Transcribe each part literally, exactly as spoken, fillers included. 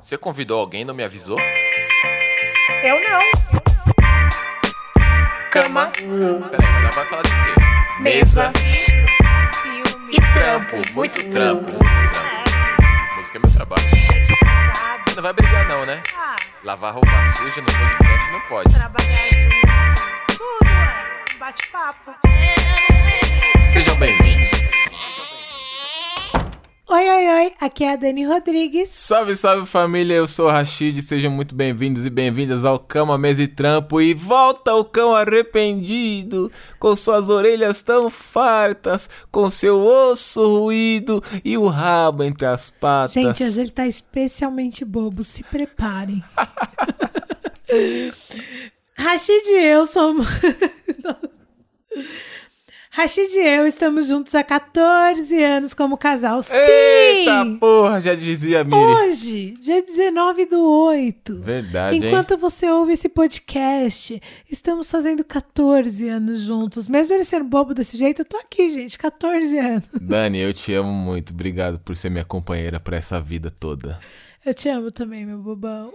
Você convidou alguém e não me avisou? Eu não. Cama. Peraí, mas ela vai falar de quê? Mesa. Filme. E trampo. Muito trampo. Muito trampo. Música é meu trabalho. Não vai brigar não, né? Ah, Lavar roupa suja no podcast não pode. trabalhar junto. Tudo é bate-papo. Sejam bem-vindos. Oi, oi, oi. Aqui é a Dani Rodrigues. Salve, salve família, eu sou o Rashid, sejam muito bem-vindos e bem-vindas ao Cama, Mesa e Trampo. E volta o cão arrependido, com suas orelhas tão fartas, com seu osso ruído e o rabo entre as patas. Gente, hoje ele tá especialmente bobo, se preparem. Rashid e eu somos... Rashid e eu estamos juntos há catorze anos como casal. Sim! Eita porra, já dizia a Miri. Hoje, dia dezenove do oito. Verdade, Enquanto hein? você ouve esse podcast, estamos fazendo catorze anos juntos. Mesmo ele sendo bobo desse jeito, eu tô aqui, gente, catorze anos. Dani, eu te amo muito, obrigado por ser minha companheira pra essa vida toda. Eu te amo também, meu bobão.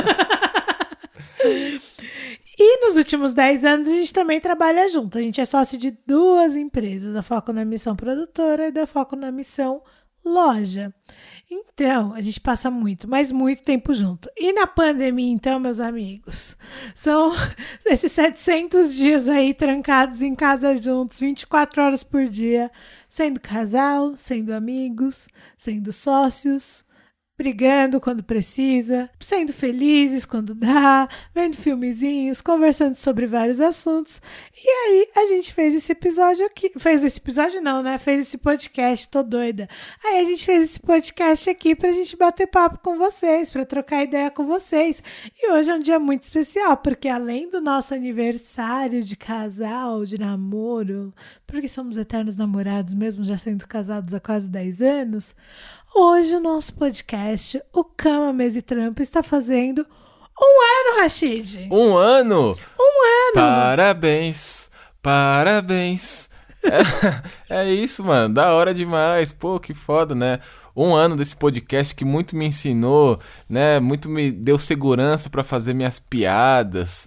E nos últimos dez anos a gente também trabalha junto. A gente é sócio de duas empresas, da Foco na Missão Produtora e da Foco na Missão Loja. Então, a gente passa muito, mas muito tempo junto. E na pandemia, então, meus amigos, são esses setecentos dias aí trancados em casa juntos, vinte e quatro horas por dia, sendo casal, sendo amigos, sendo sócios, brigando quando precisa, sendo felizes quando dá, vendo filmezinhos, conversando sobre vários assuntos. E aí a gente fez esse episódio aqui. Fez esse episódio não, né? Fez esse podcast, tô doida. Aí a gente fez esse podcast aqui pra gente bater papo com vocês, pra trocar ideia com vocês. E hoje é um dia muito especial, porque além do nosso aniversário de casal, de namoro, porque somos eternos namorados, mesmo já sendo casados há quase dez anos, hoje o nosso podcast, o Cama, Mesa e Trampo, está fazendo um ano, Rashid. Um ano? Um ano. Parabéns, parabéns. É, é isso, mano, da hora demais. Pô, que foda, né? Um ano desse podcast que muito me ensinou, né? Muito me deu segurança pra fazer minhas piadas.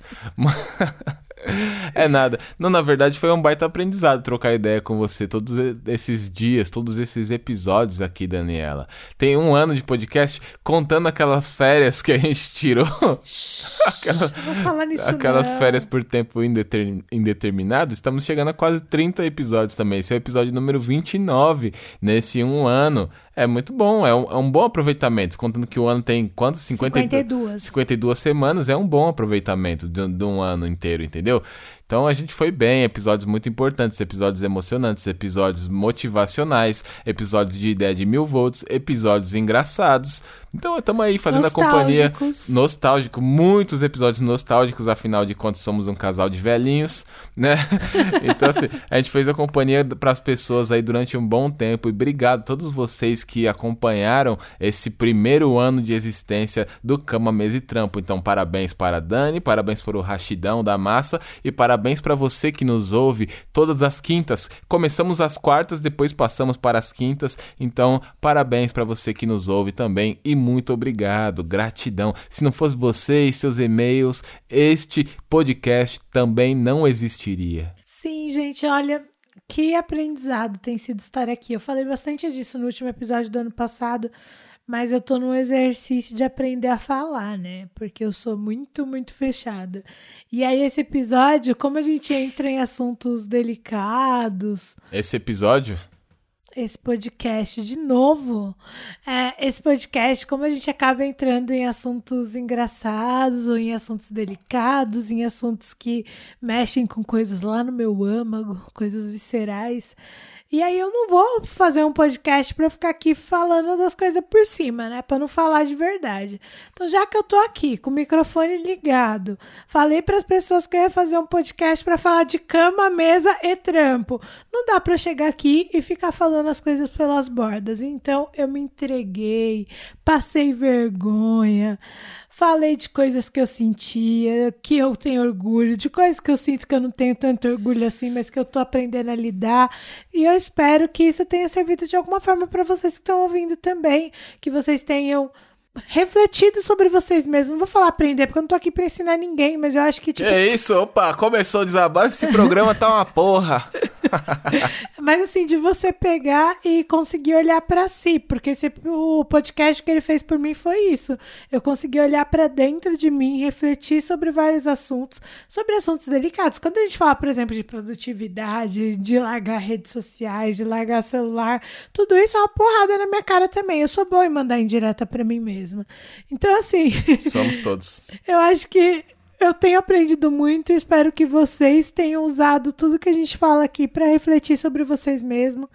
É nada. Não, na verdade foi um baita aprendizado trocar ideia com você todos esses dias, todos esses episódios aqui, Daniela. Tem um ano de podcast contando aquelas férias que a gente tirou. aquelas Vou falar nisso aquelas não. férias por tempo indeter, indeterminado. Estamos chegando a quase trinta episódios também. Esse é o episódio número vinte e nove nesse um ano. É muito bom, é um, é um bom aproveitamento. Contando que o ano tem quantos? cinquenta cinquenta e duas. cinquenta e duas semanas, é um bom aproveitamento de, de um ano inteiro, entendeu? Então a gente foi bem, episódios muito importantes, episódios emocionantes, episódios motivacionais, episódios de ideia de mil volts, episódios engraçados. Então estamos aí fazendo a companhia nostálgico, muitos episódios nostálgicos, afinal de contas somos um casal de velhinhos, né? Então assim, a gente fez a companhia para as pessoas aí durante um bom tempo e obrigado a todos vocês que acompanharam esse primeiro ano de existência do Cama, Mesa e Trampo. Então parabéns para a Dani, parabéns para o Rashidão da Massa e para Parabéns para você que nos ouve todas as quintas. Começamos às quartas, depois passamos para as quintas. Então, parabéns para você que nos ouve também e muito obrigado, gratidão. Se não fosse você e seus e-mails, este podcast também não existiria. Sim, gente, olha, que aprendizado tem sido estar aqui. Eu falei bastante disso no último episódio do ano passado, mas eu tô num exercício de aprender a falar, né? Porque eu sou muito, muito fechada. E aí esse episódio, como a gente entra em assuntos delicados... Esse episódio? Esse podcast, de novo. É, esse podcast, como a gente acaba entrando em assuntos engraçados ou em assuntos delicados, em assuntos que mexem com coisas lá no meu âmago, coisas viscerais... E aí eu não vou fazer um podcast pra ficar aqui falando das coisas por cima, né? Pra não falar de verdade. Então, já que eu tô aqui com o microfone ligado, falei pras pessoas que eu ia fazer um podcast pra falar de cama, mesa e trampo. Não dá pra eu chegar aqui e ficar falando as coisas pelas bordas. Então, eu me entreguei, passei vergonha, falei de coisas que eu sentia, que eu tenho orgulho, de coisas que eu sinto que eu não tenho tanto orgulho assim, mas que eu tô aprendendo a lidar. E eu espero que isso tenha servido de alguma forma para vocês que estão ouvindo também, que vocês tenham refletido sobre vocês mesmos. Não vou falar aprender, porque eu não tô aqui pra ensinar ninguém, mas eu acho que, tipo... É isso, opa, começou o desabafo, esse programa tá uma porra. Mas assim, de você pegar e conseguir olhar pra si, porque esse, o podcast que ele fez por mim foi isso. Eu consegui olhar pra dentro de mim, refletir sobre vários assuntos, sobre assuntos delicados. Quando a gente fala, por exemplo, de produtividade, de largar redes sociais, de largar celular, tudo isso é uma porrada na minha cara também. Eu sou boa em mandar indireta pra mim mesma. Então, assim... Somos todos. Eu acho que eu tenho aprendido muito e espero que vocês tenham usado tudo que a gente fala aqui para refletir sobre vocês mesmos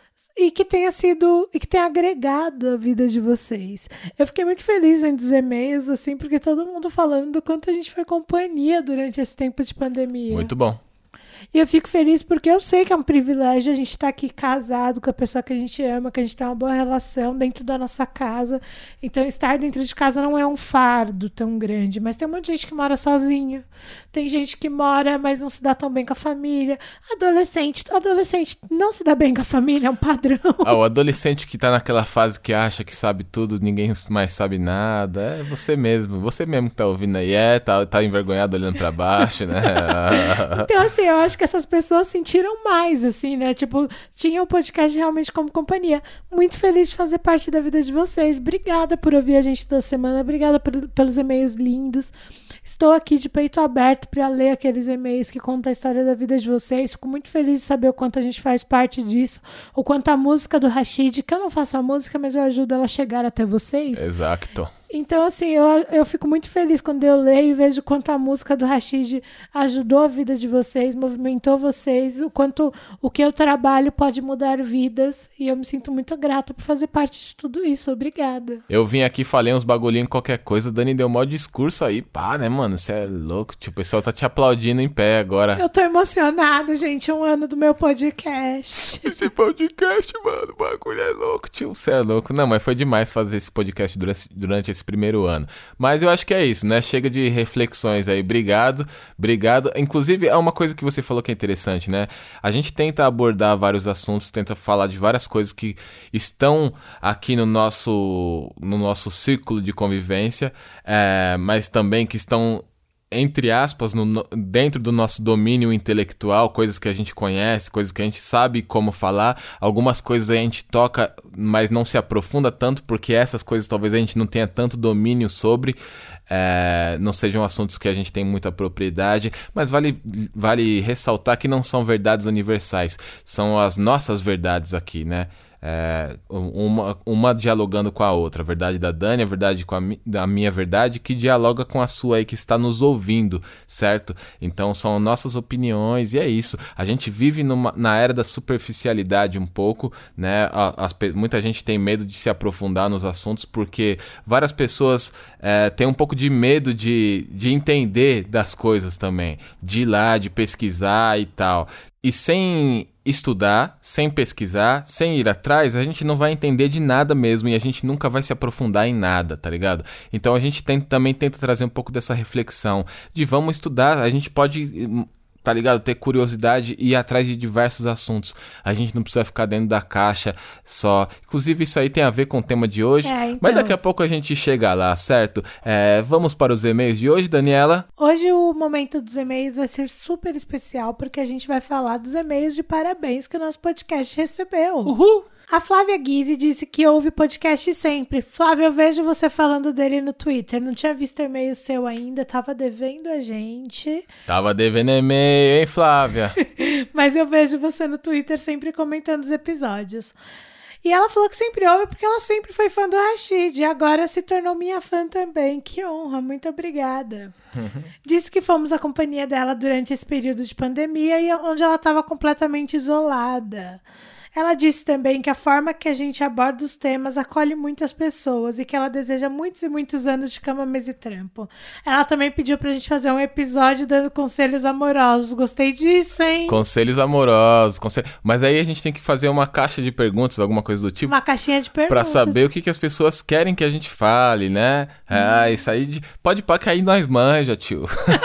e que tenha sido e que tenha agregado a vida de vocês. Eu fiquei muito feliz vendo os e-mails, assim, porque todo mundo falando do quanto a gente foi companhia durante esse tempo de pandemia. Muito bom. E eu fico feliz porque eu sei que é um privilégio a gente estar aqui casado com a pessoa que a gente ama, que a gente tem uma boa relação dentro da nossa casa. Então, estar dentro de casa não é um fardo tão grande. Mas tem um monte de gente que mora sozinha. Tem gente que mora, mas não se dá tão bem com a família. Adolescente, adolescente não se dá bem com a família, é um padrão. Ah, o adolescente que tá naquela fase que acha que sabe tudo, ninguém mais sabe nada. É você mesmo, você mesmo que tá ouvindo aí. É, tá, tá envergonhado olhando pra baixo, né? Então, assim, eu acho que essas pessoas sentiram mais, assim, né? Tipo, tinha o podcast realmente como companhia. Muito feliz de fazer parte da vida de vocês. Obrigada por ouvir a gente toda semana. Obrigada por, pelos e-mails lindos. Estou aqui de peito aberto para ler aqueles e-mails que contam a história da vida de vocês. Fico muito feliz de saber o quanto a gente faz parte disso. O quanto a música do Rashid, que eu não faço a música, mas eu ajudo ela a chegar até vocês. Exato. Então, assim, eu, eu fico muito feliz quando eu leio e vejo quanto a música do Rashid ajudou a vida de vocês, movimentou vocês, o quanto o que eu trabalho pode mudar vidas. E eu me sinto muito grata por fazer parte de tudo isso. Obrigada. Eu vim aqui, falei uns bagulhinhos, qualquer coisa, Dani deu maior discurso aí, pá, né, mano? Você é louco, tipo, o pessoal tá te aplaudindo em pé agora. Eu tô emocionada, gente, um ano do meu podcast. Esse podcast, mano, o bagulho é louco, tio, você é louco. Não, mas foi demais fazer esse podcast durante, durante esse primeiro ano. Mas eu acho que é isso, né? Chega de reflexões aí. Obrigado, obrigado. Inclusive, é uma coisa que você falou que é interessante, né? A gente tenta abordar vários assuntos, tenta falar de várias coisas que estão aqui no nosso, no nosso círculo de convivência, é, mas também que estão, entre aspas, no, dentro do nosso domínio intelectual, coisas que a gente conhece, coisas que a gente sabe como falar. Algumas coisas a gente toca, mas não se aprofunda tanto, porque essas coisas talvez a gente não tenha tanto domínio sobre, é, não sejam assuntos que a gente tem muita propriedade, mas vale, vale ressaltar que não são verdades universais, são as nossas verdades aqui, né? É, uma, uma dialogando com a outra, a verdade da Dani, a verdade com a, mi, da minha verdade, que dialoga com a sua aí que está nos ouvindo, certo? Então são nossas opiniões e é isso. A gente vive numa, na era da superficialidade um pouco, né? As, muita gente tem medo de se aprofundar nos assuntos porque várias pessoas é, têm um pouco de medo de, de entender das coisas também, de ir lá, de pesquisar e tal. E sem estudar, sem pesquisar, sem ir atrás, a gente não vai entender de nada mesmo e a gente nunca vai se aprofundar em nada, tá ligado? Então a gente tem, também tenta trazer um pouco dessa reflexão de vamos estudar, a gente pode, tá ligado, ter curiosidade e ir atrás de diversos assuntos. A gente não precisa ficar dentro da caixa só. Inclusive isso aí tem a ver com o tema de hoje, é, então... mas daqui a pouco a gente chega lá, certo? É, vamos para os e-mails de hoje, Daniela? Hoje o momento dos e-mails vai ser super especial porque a gente vai falar dos e-mails de parabéns que o nosso podcast recebeu. Uhul! A Flávia Guise disse que ouve podcast sempre. Flávia, eu vejo você falando dele no Twitter. Não tinha visto e-mail seu ainda, tava devendo a gente. Tava devendo e-mail, hein, Flávia? Mas eu vejo você no Twitter sempre comentando os episódios. E ela falou que sempre ouve porque ela sempre foi fã do Rashid e agora se tornou minha fã também. Que honra, muito obrigada. Disse que fomos a companhia dela durante esse período de pandemia e onde ela estava completamente isolada. Ela disse também que a forma que a gente aborda os temas acolhe muitas pessoas e que ela deseja muitos e muitos anos de cama, mesa e trampo. Ela também pediu pra gente fazer um episódio dando conselhos amorosos. Gostei disso, hein? Conselhos amorosos. Consel... Mas aí a gente tem que fazer uma caixa de perguntas, alguma coisa do tipo. Uma caixinha de perguntas. Pra saber o que, que as pessoas querem que a gente fale, né? Hum. Ah, isso aí de... pode pá cair nós manja, tio.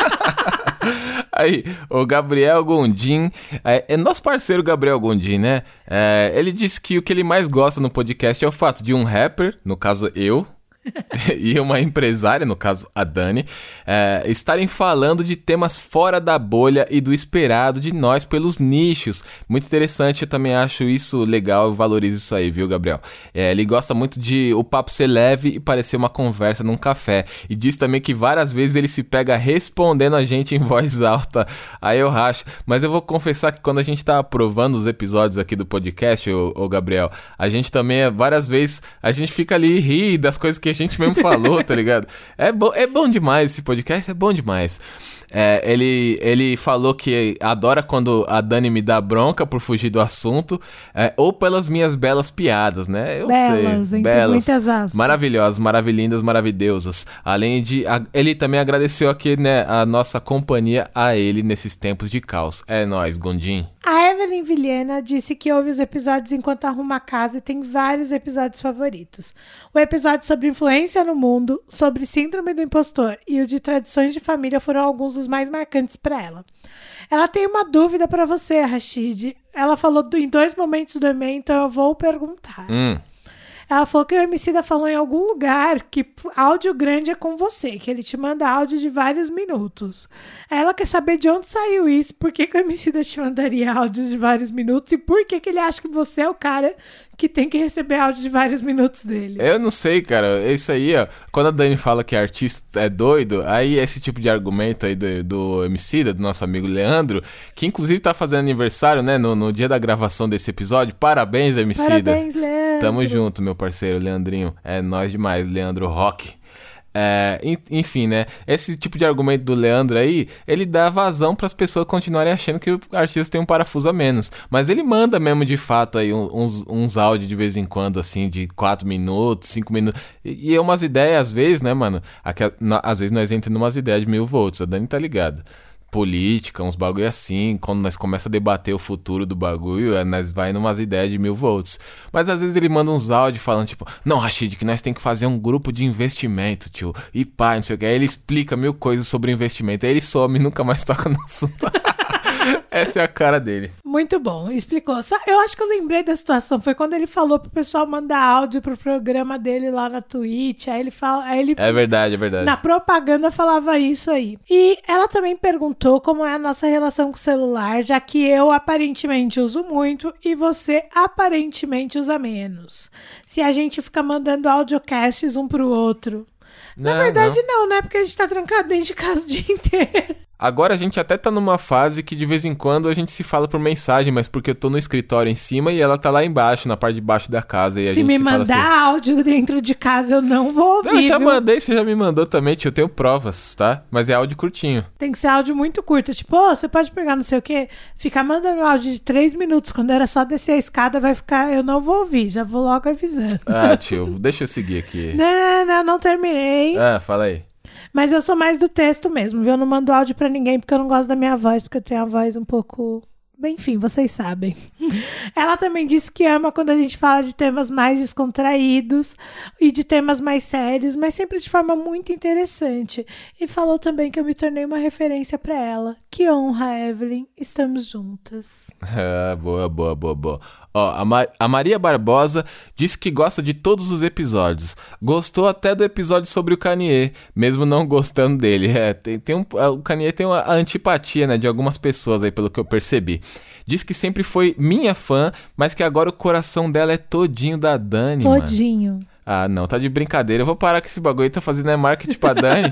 Aí, o Gabriel Gondim, é, é nosso parceiro Gabriel Gondim, né? É, ele disse que o que ele mais gosta no podcast é o fato de um rapper, no caso eu, e uma empresária, no caso a Dani, é, estarem falando de temas fora da bolha e do esperado de nós pelos nichos. Muito interessante, eu também acho isso legal, eu valorizo isso aí, viu, Gabriel? É, ele gosta muito de o papo ser leve e parecer uma conversa num café. E diz também que várias vezes ele se pega respondendo a gente em voz alta. Aí eu racho. Mas eu vou confessar que quando a gente tá aprovando os episódios aqui do podcast, ô, ô Gabriel, a gente também, várias vezes, a gente fica ali e ri das coisas que a gente mesmo falou, tá ligado? É, bo- é bom demais esse podcast, é bom demais. É, ele, ele falou que adora quando a Dani me dá bronca por fugir do assunto, é, ou pelas minhas belas piadas, né? Eu belas, sei, entre belas, muitas aspas. maravilhosas, maravilhindas, maravilhosas. Além de, a, ele também agradeceu aqui, né, a nossa companhia a ele nesses tempos de caos. É nóis, Gondim. A Evelyn Vilhena disse que ouve os episódios enquanto arruma a casa e tem vários episódios favoritos. O episódio sobre influência no mundo, sobre síndrome do impostor e o de tradições de família foram alguns dos mais marcantes para ela. Ela tem uma dúvida para você, Rashid. Ela falou do, em dois momentos do e-mail, então eu vou perguntar. Hum. Ela falou que o Emicida falou em algum lugar que áudio grande é com você, que ele te manda áudio de vários minutos. Aí ela quer saber de onde saiu isso, por que, que o Emicida te mandaria áudios de vários minutos e por que, que ele acha que você é o cara que tem que receber áudio de vários minutos dele. Eu não sei, cara. Isso aí, ó. Quando a Dani fala que artista é doido, aí esse tipo de argumento aí do, do Emicida, do nosso amigo Leandro, que inclusive tá fazendo aniversário, né, no, no dia da gravação desse episódio. Parabéns, Emicida. Parabéns, Leandro. Tamo junto, meu parceiro Leandrinho. É nóis demais, Leandro Rock. É, enfim, né? Esse tipo de argumento do Leandro aí, ele dá vazão para as pessoas continuarem achando que o artista tem um parafuso a menos. Mas ele manda mesmo de fato aí uns, uns áudios de vez em quando, assim, de quatro minutos, cinco minutos. E, e é umas ideias, às vezes, né, mano? Aqui, na, às vezes nós entramos em umas ideias de mil volts, a Dani tá ligado. Política, uns bagulho assim, quando nós começamos a debater o futuro do bagulho, nós vai numas ideias de mil volts. Mas às vezes ele manda uns áudios falando tipo, não, Rashid, que nós tem que fazer um grupo de investimento, tio, e pá, não sei o que. Aí ele explica mil coisas sobre investimento, aí ele some e nunca mais toca no assunto. Essa é a cara dele. Muito bom, explicou. Eu acho que eu lembrei da situação, foi quando ele falou pro pessoal mandar áudio pro programa dele lá na Twitch, aí ele fala, aí ele É verdade, é verdade. na propaganda falava isso aí. E ela também perguntou como é a nossa relação com o celular, já que eu aparentemente uso muito e você aparentemente usa menos. Se a gente fica mandando audiocasts um pro outro. Na Não, verdade não. não, né? Porque a gente tá trancado dentro de casa o dia inteiro. Agora a gente até tá numa fase que de vez em quando a gente se fala por mensagem, mas porque eu tô no escritório em cima e ela tá lá embaixo, na parte de baixo da casa. E a Se gente me se fala mandar assim, áudio dentro de casa, eu não vou ouvir, não, eu já viu? mandei, você já me mandou também, tio, eu tenho provas, tá? Mas é áudio curtinho. Tem que ser áudio muito curto. Tipo, oh, você pode pegar não sei o quê, ficar mandando áudio de três minutos. Quando era só descer a escada, vai ficar... Eu não vou ouvir, já vou logo avisando. Ah, tio, deixa eu seguir aqui. Não, não, não terminei. Ah, fala aí. Mas eu sou mais do texto mesmo, viu? Eu não mando áudio pra ninguém porque eu não gosto da minha voz, porque eu tenho a voz um pouco... Enfim, vocês sabem. Ela também disse que ama quando a gente fala de temas mais descontraídos e de temas mais sérios, mas sempre de forma muito interessante. E falou também que eu me tornei uma referência pra ela. Que honra, Evelyn. Estamos juntas. Ah, boa, boa, boa, boa. Ó, a, Ma- a Maria Barbosa disse que gosta de todos os episódios. Gostou até do episódio sobre o Kanye, mesmo não gostando dele. É, tem, tem um, o Kanye tem uma antipatia, né, de algumas pessoas aí, pelo que eu percebi. Diz que sempre foi minha fã, mas que agora o coração dela é todinho da Dani, mano. Todinho. Ah, não, tá de brincadeira. Eu vou parar com esse bagulho aí, tá fazendo é marketing pra Dani.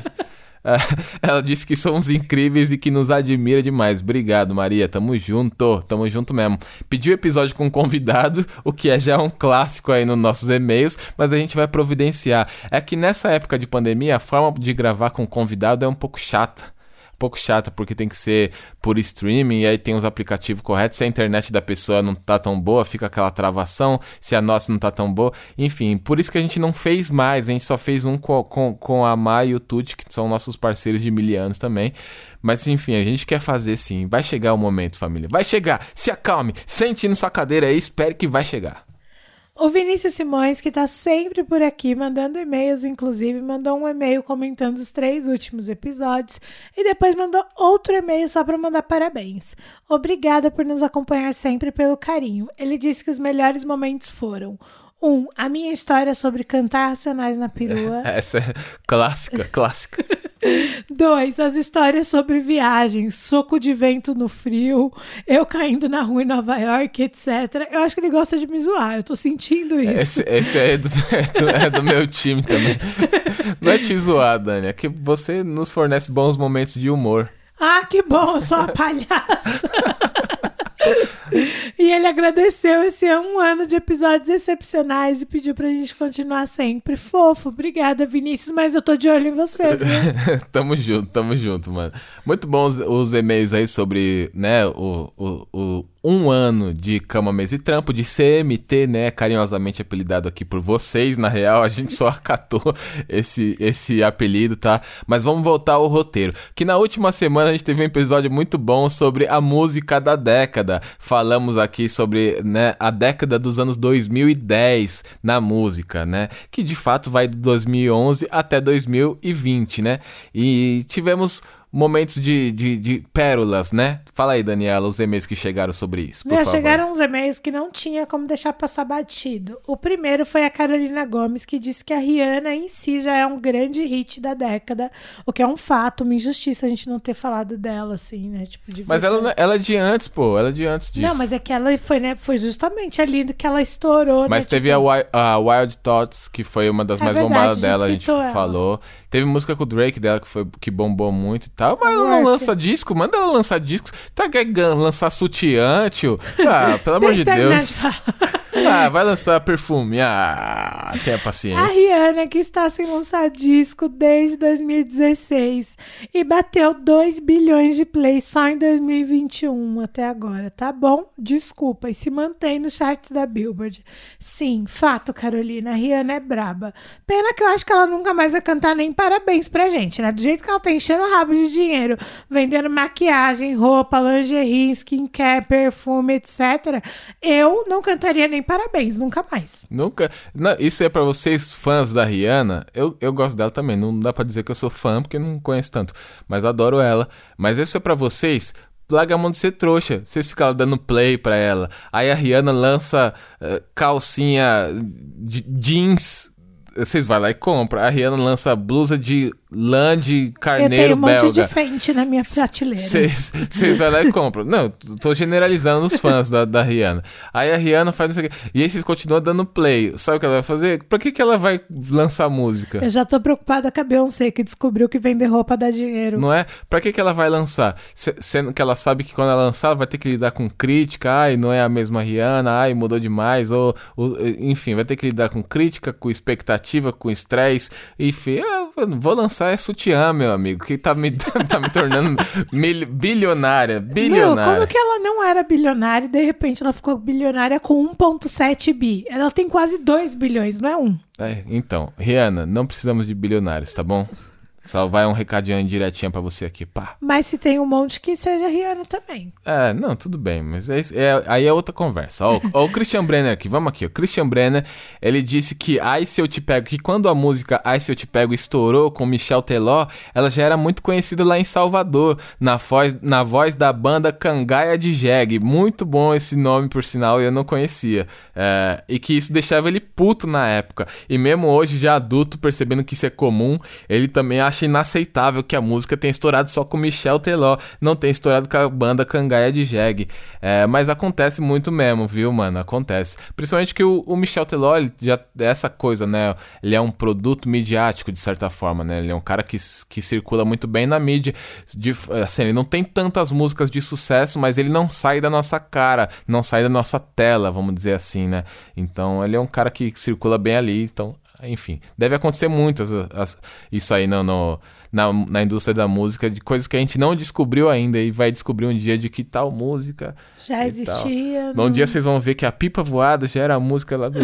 Ela disse que somos incríveis e que nos admira demais. Obrigado, Maria. Tamo junto. Tamo junto mesmo. Pediu episódio com convidado, o que é já um clássico aí nos nossos e-mails, mas a gente vai providenciar. É que nessa época de pandemia, a forma de gravar com convidado é um pouco chata. Um pouco chata, porque tem que ser por streaming, e aí tem os aplicativos corretos. Se a internet da pessoa não tá tão boa, fica aquela travação. Se a nossa não tá tão boa, enfim, por isso que a gente não fez mais. A gente só fez um com, com, com a Mai e o Tuti, que são nossos parceiros de mil anos também. Mas enfim, a gente quer fazer sim. Vai chegar o momento, família. Vai chegar. Se acalme, sente na sua cadeira aí, espere que vai chegar. O Vinícius Simões, que tá sempre por aqui, mandando e-mails, inclusive, mandou um e-mail comentando os três últimos episódios e depois mandou outro e-mail só para mandar parabéns. Obrigada por nos acompanhar sempre pelo carinho. Ele disse que os melhores momentos foram Um, a minha história sobre cantar Racionais na perua. Essa é clássica, clássica. Dois, as histórias sobre viagens, soco de vento no frio, eu caindo na rua em Nova York, etcétera. Eu acho que ele gosta de me zoar, eu tô sentindo isso. Esse, esse é, do, é, do, é do meu time também. Não é te zoar, Dani, é que você nos fornece bons momentos de humor. Ah, que bom, eu sou uma palhaça. E ele agradeceu esse um ano de episódios excepcionais e pediu pra gente continuar sempre. Fofo, obrigada, Vinícius, mas eu tô de olho em você, viu? Tamo junto, tamo junto, mano. Muito bons os, os e-mails aí sobre, né, o, o, o um ano de Cama, Mesa e Trampo, de C M T, né, carinhosamente apelidado aqui por vocês. Na real, a gente só acatou esse, esse apelido, tá? Mas vamos voltar ao roteiro, que na última semana a gente teve um episódio muito bom sobre a música da década. Falamos aqui sobre, né, a década dos anos dois mil e dez na música, né, que de fato vai de dois mil e onze até dois mil e vinte, né, e tivemos momentos de, de, de pérolas, né? Fala aí, Daniela, os e-mails que chegaram sobre isso, por Meu, favor. chegaram uns e-mails que não tinha como deixar passar batido. O primeiro foi a Carolina Gomes, que disse que a Rihanna em si já é um grande hit da década, o que é um fato, uma injustiça a gente não ter falado dela, assim, né? Tipo, de mas ela, ela é de antes, pô, ela é de antes disso. Não, mas é que ela foi, né? Foi justamente ali que ela estourou, Mas né? teve tipo... a, a Wild Thoughts, que foi uma das É mais verdade, bombadas a gente dela, a gente citou ela. falou. Teve música com o Drake dela que, foi, que bombou muito e tal. Mas ela não Work. lança disco, manda ela lançar discos. Tá querendo lançar sutiã, tio? Ah, pelo amor de Deixa eu terminar Deus. de falar. Ah, vai lançar perfume. Ah, tenha paciência. A Rihanna, que está sem lançar disco desde dois mil e dezesseis e bateu dois bilhões de plays só em dois mil e vinte e um até agora, tá bom? Desculpa, e se mantém nos charts da Billboard. Sim, fato, Carolina, a Rihanna é braba. Pena que eu acho que ela nunca mais vai cantar nem parabéns pra gente, né? Do jeito que ela tá enchendo o rabo de dinheiro, vendendo maquiagem, roupa, lingerie, skincare, perfume, etcétera, eu não cantaria nem parabéns, nunca mais. Nunca. Não, isso é pra vocês, fãs da Rihanna. Eu, eu gosto dela também. Não dá pra dizer que eu sou fã, porque eu não conheço tanto. Mas adoro ela. Mas isso é pra vocês. Larga a mão de ser trouxa. Vocês ficam dando play pra ela. Aí a Rihanna lança uh, calcinha de jeans. Vocês vão lá e compram. A Rihanna lança blusa de lã de carneiro belga. Eu tenho um monte belga. de Fenty na minha prateleira. Vocês vão lá e compram. Não, tô generalizando os fãs da, da Rihanna. Aí a Rihanna faz isso aqui. E aí vocês continuam dando play. Sabe o que ela vai fazer? Pra que, que ela vai lançar música? Eu já tô preocupada com a Beyoncé, que descobriu que vender roupa dá dinheiro. Não é? Pra que, que ela vai lançar? Se, sendo que ela sabe que quando ela lançar, ela vai ter que lidar com crítica. Ai, não é a mesma Rihanna. Ai, mudou demais. Ou, ou, enfim, vai ter que lidar com crítica, com expectativa, com estresse. Enfim, eu vou lançar é sutiã, meu amigo, que tá me, tá me tornando mil, bilionária, bilionária. Meu, como que ela não era bilionária e de repente ela ficou bilionária com um vírgula sete bi? Ela tem quase dois bilhões, não é um? É, então, Rihanna, não precisamos de bilionários, tá bom? Só vai um recadinho indiretinho pra você aqui, pá. Mas se tem um monte que seja Rihanna também. É, não, tudo bem, mas é, é, aí é outra conversa. Ó, ó o Christian Brenner aqui, vamos aqui. O Christian Brenner, ele disse que Ai Se Eu Te Pego, que quando a música Ai Se Eu Te Pego estourou com Michel Teló, ela já era muito conhecida lá em Salvador, na voz, na voz da banda Cangaia de Jegue. Muito bom esse nome, por sinal, eu não conhecia. É, e que isso deixava ele puto na época. E mesmo hoje, já adulto, percebendo que isso é comum, ele também acha acha inaceitável que a música tenha estourado só com Michel Teló, não tenha estourado com a banda Cangaia de Jegue. É, mas acontece muito mesmo, viu, mano? Acontece. Principalmente que o, o Michel Teló, ele já é essa coisa, né? Ele é um produto midiático, de certa forma, né? Ele é um cara que, que circula muito bem na mídia. De, assim, ele não tem tantas músicas de sucesso, mas ele não sai da nossa cara, não sai da nossa tela, vamos dizer assim, né? Então, ele é um cara que circula bem ali, então... Enfim, deve acontecer muito as, as, isso aí no, no, na, na indústria da música, de coisas que a gente não descobriu ainda e vai descobrir um dia de que tal música já existia. Não... Um dia vocês vão ver que a Pipa Voada já era a música lá do...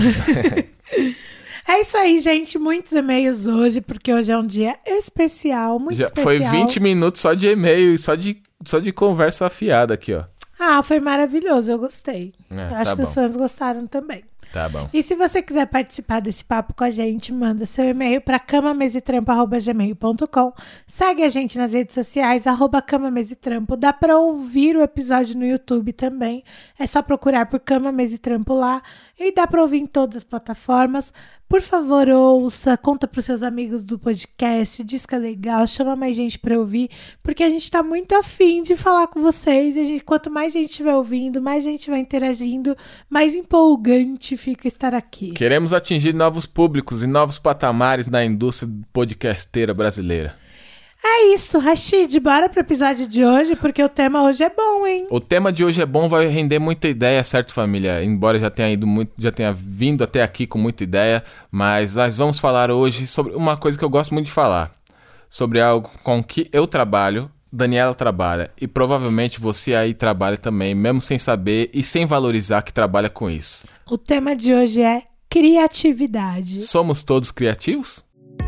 É isso aí, gente. Muitos e-mails hoje, porque hoje é um dia especial, muito já especial. Foi vinte minutos só de e-mail e só de, só de conversa afiada aqui, ó. Ah, foi maravilhoso, eu gostei. É, eu acho tá que bom. os fãs gostaram também. Tá bom. E se você quiser participar desse papo com a gente, manda seu e-mail para cama mesa e trampo arroba gmail ponto com. Segue a gente nas redes sociais, arroba Cama Mesa e Trampo. Dá para ouvir o episódio no YouTube também. É só procurar por Cama Mesa e Trampo lá. E dá para ouvir em todas as plataformas. Por favor, ouça, conta para os seus amigos do podcast, diz que é legal, chama mais gente para ouvir, porque a gente está muito afim de falar com vocês. E a gente, quanto mais gente estiver ouvindo, mais gente vai interagindo, mais empolgante fica estar aqui. Queremos atingir novos públicos e novos patamares na indústria podcasteira brasileira. É isso, Rashid, bora pro episódio de hoje, porque o tema hoje é bom, hein? O tema de hoje é bom, vai render muita ideia, certo, família? Embora já tenha ido muito, já tenha vindo até aqui com muita ideia, mas nós vamos falar hoje sobre uma coisa que eu gosto muito de falar, sobre algo com que eu trabalho, Daniela trabalha, e provavelmente você aí trabalha também, mesmo sem saber e sem valorizar que trabalha com isso. O tema de hoje é criatividade. Somos todos criativos?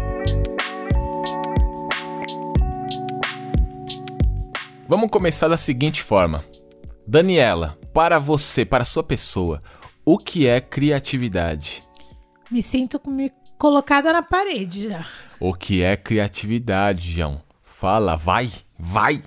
Vamos começar da seguinte forma. Daniela, para você, para a sua pessoa, o que é criatividade? Me sinto me colocada na parede já. O que é criatividade, João? Fala, vai, vai!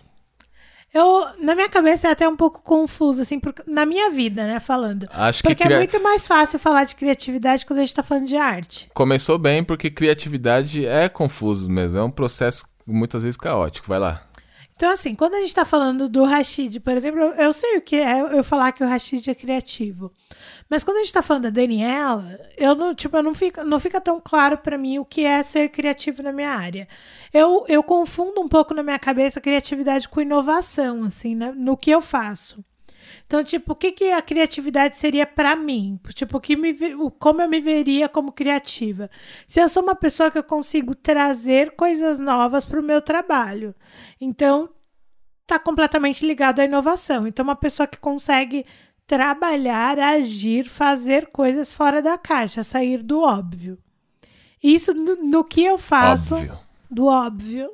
Eu, na minha cabeça é até um pouco confuso, assim, porque, na minha vida, né, falando. Acho porque que cria... é muito mais fácil falar de criatividade quando a gente tá falando de arte. Começou bem, porque criatividade é confuso mesmo, é um processo muitas vezes caótico, vai lá. Então, assim, quando a gente tá falando do Rashid, por exemplo, eu sei o que é eu falar que o Rashid é criativo. Mas quando a gente tá falando da Daniela, eu não, tipo, eu não, fica, não fica tão claro pra mim o que é ser criativo na minha área. Eu, eu confundo um pouco na minha cabeça criatividade com inovação, assim, né, no que eu faço. Então, tipo, o que, que a criatividade seria pra mim? Tipo, o que me, como eu me veria como criativa? Se eu sou uma pessoa que eu consigo trazer coisas novas pro meu trabalho. Então, tá completamente ligado à inovação. Então, uma pessoa que consegue trabalhar, agir, fazer coisas fora da caixa, sair do óbvio. Isso no, no que eu faço... Óbvio. Do óbvio...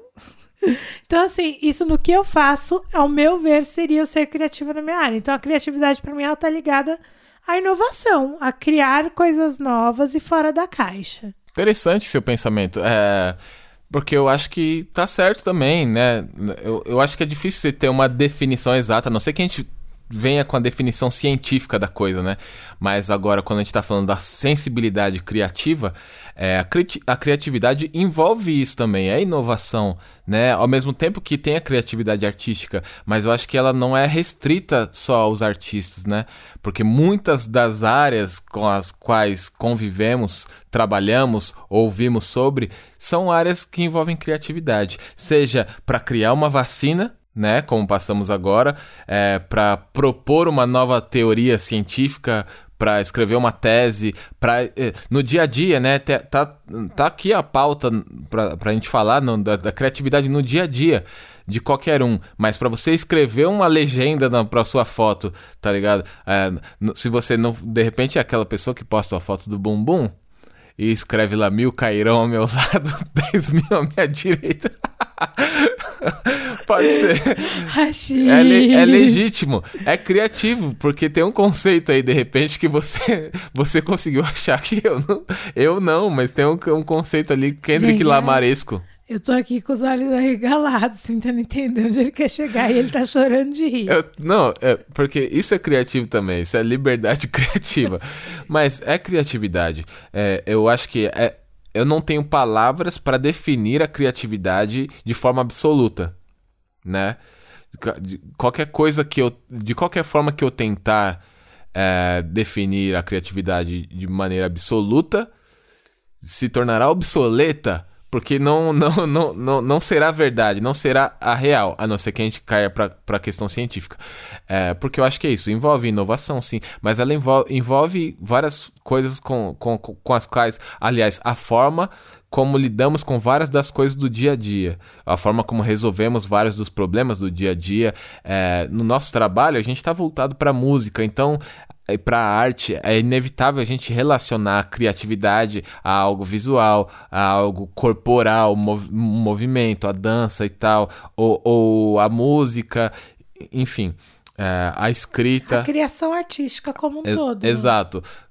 Então, assim, isso no que eu faço, ao meu ver, seria eu ser criativa na minha área. Então, a criatividade, para mim, ela tá ligada à inovação, a criar coisas novas e fora da caixa. Interessante seu pensamento. É... Porque eu acho que tá certo também, né? Eu, eu acho que é difícil você ter uma definição exata, a não ser que a gente venha com a definição científica da coisa, né? Mas agora, quando a gente tá falando da sensibilidade criativa, é, a, cri- a criatividade envolve isso também, é inovação, né? Ao mesmo tempo que tem a criatividade artística, mas eu acho que ela não é restrita só aos artistas, né? Porque muitas das áreas com as quais convivemos, trabalhamos, ouvimos sobre, são áreas que envolvem criatividade, seja para criar uma vacina, né, como passamos agora, é, para propor uma nova teoria científica, para escrever uma tese, para é, no dia a dia, né, tá, tá aqui a pauta para a gente falar no, da, da criatividade no dia a dia de qualquer um, mas para você escrever uma legenda para sua foto, tá ligado? É, se você não, de repente é aquela pessoa que posta a foto do bumbum e escreve lá mil cairão ao meu lado, dez mil à minha direita. Pode ser. É, le- é legítimo, é criativo, porque tem um conceito aí, de repente, que você, você conseguiu achar que eu não, eu não, mas tem um, um conceito ali, Kendrick Gente, Lamaresco. Eu tô aqui com os olhos arregalados, tentando entender onde ele quer chegar, e ele tá chorando de rir. Eu, não, é, porque isso é criativo também, isso é liberdade criativa, mas é criatividade. É, eu acho que é, eu não tenho palavras para definir a criatividade de forma absoluta, né? De qualquer coisa que eu, de qualquer forma que eu tentar é, definir a criatividade de maneira absoluta, se tornará obsoleta, porque não, não, não, não, não será verdade, não será a real, a não ser que a gente caia para a questão científica. É, porque eu acho que é isso, envolve inovação, sim, mas ela envolve, envolve várias coisas com, com, com as quais, aliás, a forma como lidamos com várias das coisas do dia a dia, a forma como resolvemos vários dos problemas do dia a dia. É, no nosso trabalho, a gente está voltado para a música, então... para a arte, é inevitável a gente relacionar a criatividade a algo visual, a algo corporal, mov- movimento, a dança e tal, ou, ou a música, enfim, é, a escrita. A criação artística como um é, todo. Exato.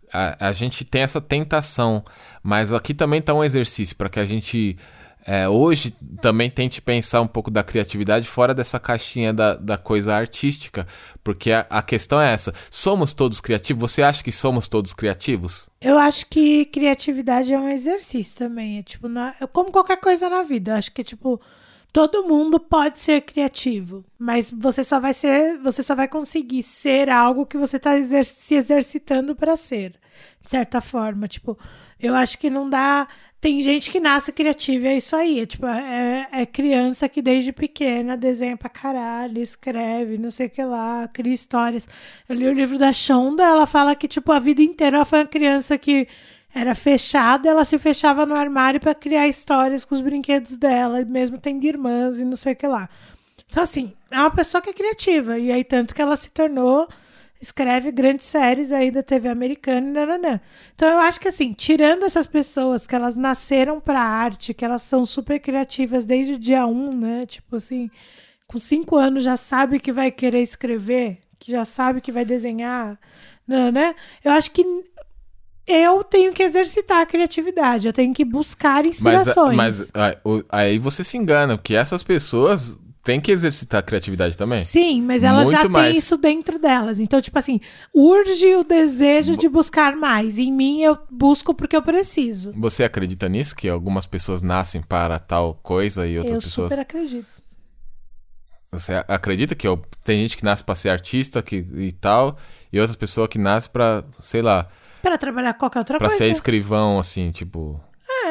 a, a gente tem essa tentação, mas aqui também tá um exercício para que a gente é, hoje também tente pensar um pouco da criatividade fora dessa caixinha da, da coisa artística, porque a, a questão é essa, somos todos criativos? Você acha que somos todos criativos? Eu acho que criatividade é um exercício também, é tipo, na, é como qualquer coisa na vida, eu acho que tipo, todo mundo pode ser criativo, mas você só vai ser, você só vai conseguir ser algo que você está exer- se exercitando para ser, de certa forma, tipo, eu acho que não dá. Tem gente que nasce criativa, é isso aí. É, tipo, é, é criança que desde pequena desenha pra caralho, escreve, não sei o que lá, cria histórias. Eu li o livro da Shonda, ela fala que, tipo, a vida inteira ela foi uma criança que era fechada, ela se fechava no armário pra criar histórias com os brinquedos dela, mesmo tendo irmãs e não sei o que lá. Então, assim, é uma pessoa que é criativa. E aí, tanto que ela se tornou... escreve grandes séries aí da T V americana e nananã. Então eu acho que assim, tirando essas pessoas que elas nasceram pra arte, que elas são super criativas desde o dia um, né? Tipo assim, com cinco anos já sabe que vai querer escrever, que já sabe que vai desenhar, né? Eu acho que eu tenho que exercitar a criatividade, eu tenho que buscar inspirações. Mas, mas aí você se engana, porque essas pessoas... tem que exercitar a criatividade também. Sim, mas elas Muito já mais. têm isso dentro delas. Então, tipo assim, urge o desejo de buscar mais. Em mim, eu busco porque eu preciso. Você acredita nisso? Que algumas pessoas nascem para tal coisa e outras eu pessoas... super acredito. Você acredita que ó, tem gente que nasce para ser artista que, e tal, e outras pessoas que nascem para, sei lá... Para trabalhar qualquer outra pra coisa. Para ser escrivão, assim, tipo...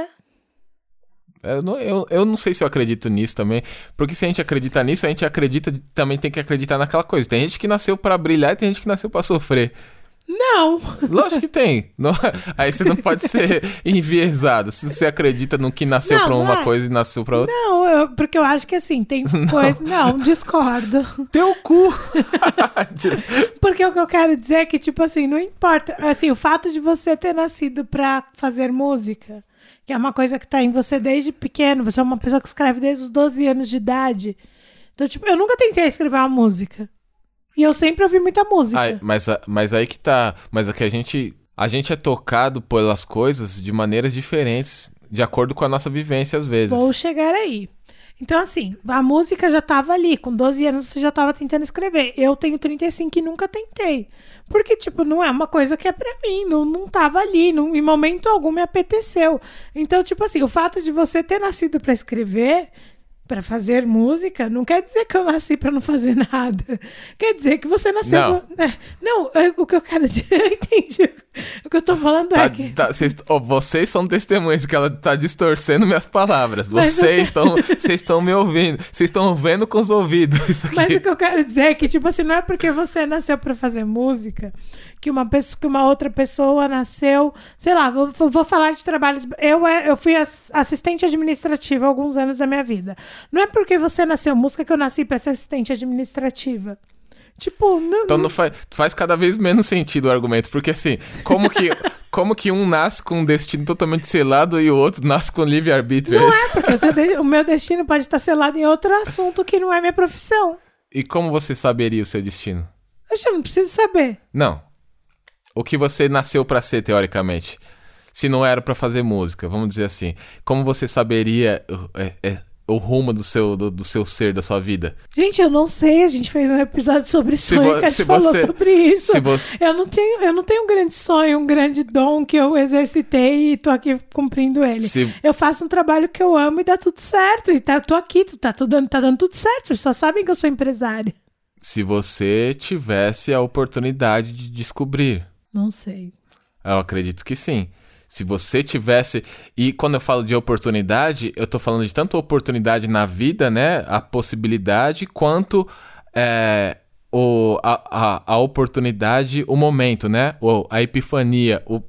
Eu não, eu, eu não sei se eu acredito nisso também, porque se a gente acredita nisso, a gente acredita, também tem que acreditar naquela coisa. Tem gente que nasceu pra brilhar e tem gente que nasceu pra sofrer. Não! Lógico que tem. Não, aí você não pode ser enviesado. Se você acredita no que nasceu Não, pra uma não é. coisa e nasceu pra outra. Não, eu, porque eu acho que assim, tem coisa... Não, discordo. Teu cu! Porque o que eu quero dizer é que, tipo assim, não importa. Assim, o fato de você ter nascido pra fazer música... que é uma coisa que tá em você desde pequeno, você é uma pessoa que escreve desde os doze anos de idade. Então, tipo, eu nunca tentei escrever uma música. E eu sempre ouvi muita música. Ai, mas, mas aí que tá. Mas é que a gente, a gente é tocado pelas coisas de maneiras diferentes, de acordo com a nossa vivência, às vezes. Vou chegar aí. Então, assim, a música já tava ali. Com doze anos você já tava tentando escrever. Eu tenho trinta e cinco e nunca tentei. Porque, tipo, não é uma coisa que é pra mim. Não, não tava ali. Não, em momento algum me apeteceu. Então, tipo assim, o fato de você ter nascido pra escrever... pra fazer música, não quer dizer que eu nasci pra não fazer nada. Quer dizer que você nasceu... Não, pra... é, não é, o que eu quero dizer... Eu entendi. O que eu tô falando tá, é que... Tá, cês, oh, vocês são testemunhas que ela tá distorcendo minhas palavras. Mas Vocês eu- estão vocês estão me ouvindo. Vocês estão vendo com os ouvidos isso aqui. Mas o que eu quero dizer é que, tipo assim, não é porque você nasceu pra fazer música que uma, pessoa, que uma outra pessoa nasceu... Sei lá, vou, vou falar de trabalhos... Eu, é- eu fui as- assistente administrativa há alguns anos da minha vida. Não é porque você nasceu música que eu nasci pra ser assistente administrativa. Tipo, não... Então não faz, faz cada vez menos sentido o argumento. Porque assim, como que, como que um nasce com um destino totalmente selado e o outro nasce com livre-arbítrio? Não É isso? é, porque o, seu de- o meu destino pode estar selado em outro assunto que não é minha profissão. E como você saberia o seu destino? Eu já não preciso saber. Não. O que você nasceu pra ser, teoricamente. Se não era pra fazer música, vamos dizer assim. Como você saberia é, é, o rumo do seu, do, do seu ser, da sua vida? Gente, eu não sei. A gente fez um episódio sobre Se sonho vo- que a gente se falou você- sobre isso. se você- Eu, não tenho, eu não tenho um grande sonho, um grande dom que eu exercitei e tô aqui cumprindo ele. Se- Eu faço um trabalho que eu amo e dá tudo certo. E tá, eu tô aqui, tá, tudo, dando- tá dando tudo certo. Eles só sabem que eu sou empresária. Se você tivesse a oportunidade de descobrir. Não sei. Eu acredito que sim. Se você tivesse... E quando eu falo de oportunidade, eu tô falando de tanto oportunidade na vida, né? A possibilidade, quanto é, o, a, a, a oportunidade, o momento, né? O, a epifania, o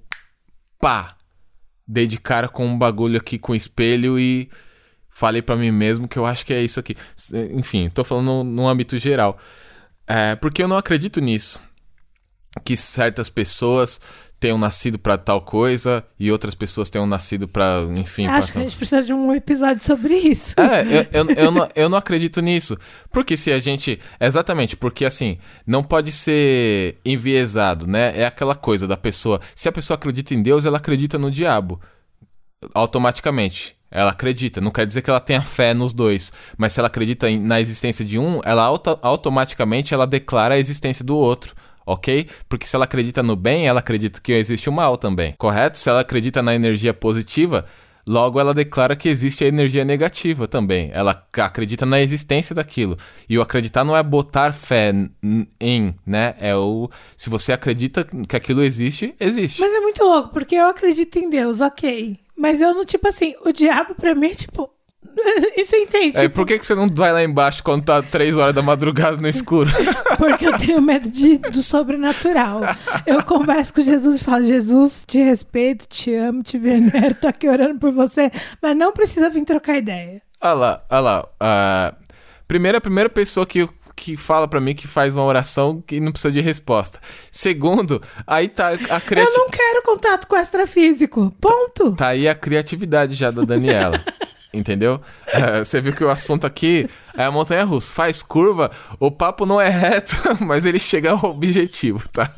pá! Dei de cara com um bagulho aqui com espelho e falei pra mim mesmo que eu acho que é isso aqui. Enfim, tô falando num âmbito geral. É, porque eu não acredito nisso. Que certas pessoas tenham nascido pra tal coisa e outras pessoas tenham nascido pra, enfim... Acho pra... que a gente precisa de um episódio sobre isso. É, eu, eu, eu, não, eu não acredito nisso. Porque se a gente... Exatamente, porque assim, não pode ser enviesado, né? É aquela coisa da pessoa... Se a pessoa acredita em Deus, ela acredita no diabo. Automaticamente. Ela acredita. Não quer dizer que ela tenha fé nos dois. Mas se ela acredita em, na existência de um, ela auto, automaticamente ela declara a existência do outro. Ok? Porque se ela acredita no bem, ela acredita que existe o mal também, correto? Se ela acredita na energia positiva, logo ela declara que existe a energia negativa também. Ela acredita na existência daquilo. E o acreditar não é botar fé em, né? É o... Se você acredita que aquilo existe, existe. Mas é muito louco, porque eu acredito em Deus, ok. Mas eu não, tipo assim, o diabo pra mim é tipo... E você entende? É, tipo... por que, que você não vai lá embaixo quando tá três horas da madrugada no escuro? Porque eu tenho medo de, do sobrenatural. Eu converso com Jesus e falo, Jesus, te respeito, te amo, te venero, tô aqui orando por você, mas não precisa vir trocar ideia. Olha lá, olha lá. Uh, primeiro, a primeira pessoa que, que fala pra mim que faz uma oração que não precisa de resposta. Segundo, aí tá a criatividade. Eu não quero contato com o extrafísico, ponto. Tá aí a criatividade já da Daniela. Entendeu? É, você viu que o assunto aqui é a montanha-russa. Faz curva, o papo não é reto, mas ele chega ao objetivo, tá?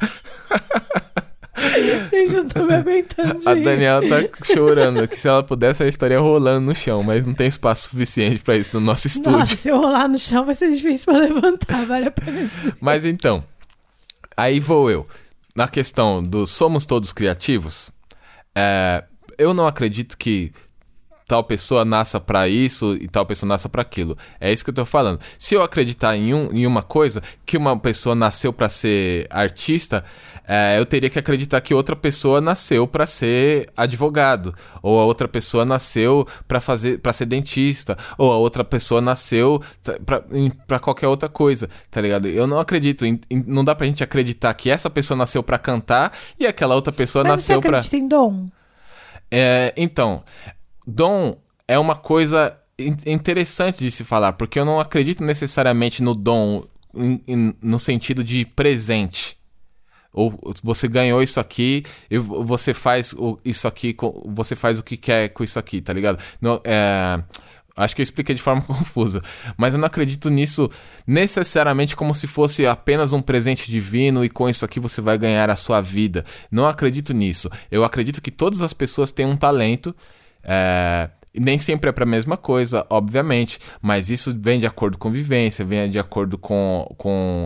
Gente, eu não tô me aguentando, gente. A Daniela tá chorando, que se ela pudesse, ela estaria rolando no chão, mas não tem espaço suficiente pra isso no nosso estúdio. Nossa, se eu rolar no chão vai ser difícil pra levantar, vale a pena dizer. Mas então, aí vou eu. Na questão do somos todos criativos, é, eu não acredito que tal pessoa nasça pra isso e tal pessoa nasça pra aquilo. É isso que eu tô falando. Se eu acreditar em, um, em uma coisa, que uma pessoa nasceu pra ser artista, é, eu teria que acreditar que outra pessoa nasceu pra ser advogado, ou a outra pessoa nasceu pra fazer, para ser dentista, ou a outra pessoa nasceu pra, pra qualquer outra coisa, tá ligado? Eu não acredito, em, em, não dá pra gente acreditar que essa pessoa nasceu pra cantar e aquela outra pessoa Mas nasceu pra... Mas você acredita em dom? É, então... Dom é uma coisa interessante de se falar, porque eu não acredito necessariamente no dom in, in, no sentido de presente. Ou você ganhou isso aqui e você faz o, isso aqui, você faz o que quer com isso aqui, tá ligado? Não, é, acho que eu expliquei de forma confusa, mas eu não acredito nisso necessariamente como se fosse apenas um presente divino e com isso aqui você vai ganhar a sua vida. Não acredito nisso. Eu acredito que todas as pessoas têm um talento. É, nem sempre é para a mesma coisa, obviamente, mas isso vem de acordo com vivência, vem de acordo com, com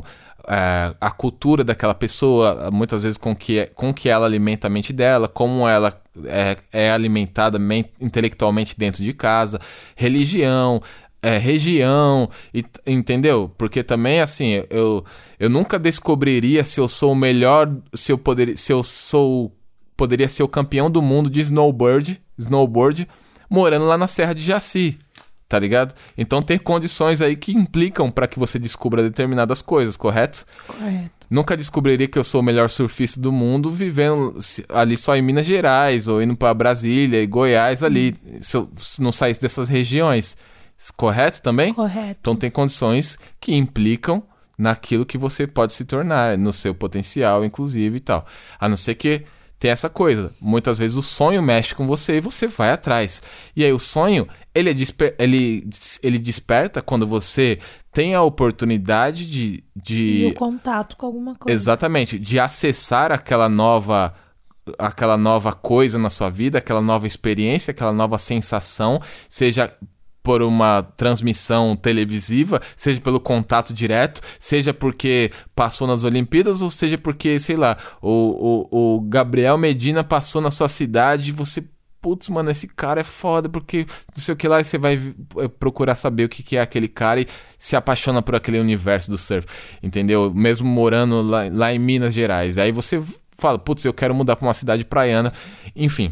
é, a cultura daquela pessoa, muitas vezes com que, com que ela alimenta a mente dela, como ela é, é alimentada men- intelectualmente dentro de casa, religião, é, região, e, entendeu? Porque também, assim, eu, eu nunca descobriria se eu sou o melhor, se eu, poder, se eu sou... poderia ser o campeão do mundo de snowboard, snowboard morando lá na Serra de Jaci, tá ligado? Então tem condições aí que implicam para que você descubra determinadas coisas, correto? Correto. Nunca descobriria que eu sou o melhor surfista do mundo vivendo ali só em Minas Gerais, ou indo para Brasília e Goiás ali, hum. se eu não saísse dessas regiões, correto também? Correto. Então tem condições que implicam naquilo que você pode se tornar, no seu potencial, inclusive, e tal. A não ser que tem essa coisa, muitas vezes o sonho mexe com você e você vai atrás. E aí o sonho, ele, é desper- ele, ele desperta quando você tem a oportunidade de, de... E o contato com alguma coisa. Exatamente, de acessar aquela nova, aquela nova coisa na sua vida, aquela nova experiência, aquela nova sensação, seja por uma transmissão televisiva, seja pelo contato direto, seja porque passou nas Olimpíadas, ou seja porque, sei lá, o, o, o Gabriel Medina passou na sua cidade e você, putz, mano, esse cara é foda, porque não sei o que lá, e você vai procurar saber o que, que é aquele cara e se apaixona por aquele universo do surf, entendeu? Mesmo morando lá, lá em Minas Gerais. Aí você fala, putz, eu quero mudar pra uma cidade praiana. Enfim,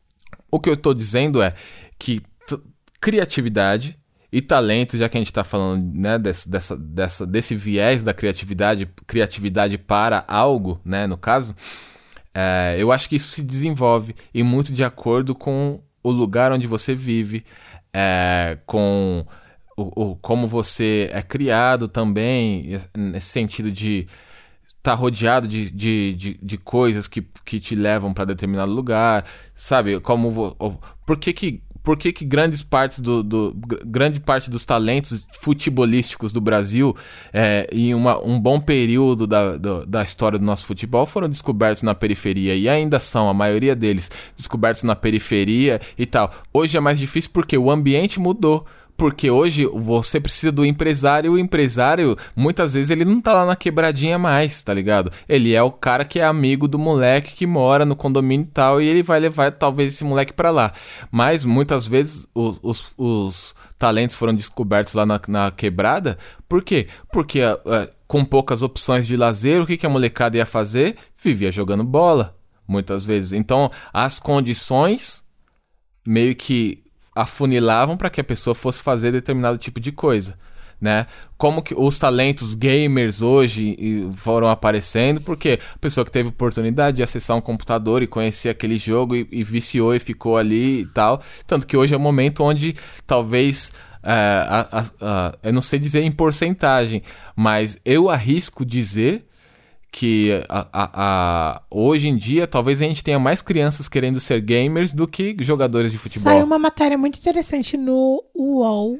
o que eu tô dizendo é que criatividade e talento, já que a gente está falando, né, desse, dessa, dessa, desse viés da criatividade, criatividade para algo, né, no caso, é, eu acho que isso se desenvolve e muito de acordo com o lugar onde você vive, é, com o, o, como você é criado também, nesse sentido de tá rodeado de, de, de, de coisas que, que te levam para determinado lugar, sabe? Como vo- por que que Por que, que grandes partes do, do grande parte dos talentos futebolísticos do Brasil, é, em uma, um bom período da, do, da história do nosso futebol, foram descobertos na periferia e ainda são, a maioria deles, descobertos na periferia e tal. Hoje é mais difícil porque o ambiente mudou. Porque hoje você precisa do empresário e o empresário, muitas vezes, ele não tá lá na quebradinha mais, tá ligado? Ele é o cara que é amigo do moleque que mora no condomínio e tal, e ele vai levar, talvez, esse moleque pra lá. Mas, muitas vezes, os, os, os talentos foram descobertos lá na, na quebrada. Por quê? Porque uh, com poucas opções de lazer, o que, que a molecada ia fazer? Vivia jogando bola, muitas vezes. Então, as condições meio que afunilavam para que a pessoa fosse fazer determinado tipo de coisa, né? Como que os talentos gamers hoje foram aparecendo, porque a pessoa que teve oportunidade de acessar um computador e conhecer aquele jogo e, e viciou e ficou ali e tal, tanto que hoje é o momento onde talvez é, a, a, a, eu não sei dizer em porcentagem, mas eu arrisco dizer que a, a, a, hoje em dia talvez a gente tenha mais crianças querendo ser gamers do que jogadores de futebol. Saiu uma matéria muito interessante no U O L,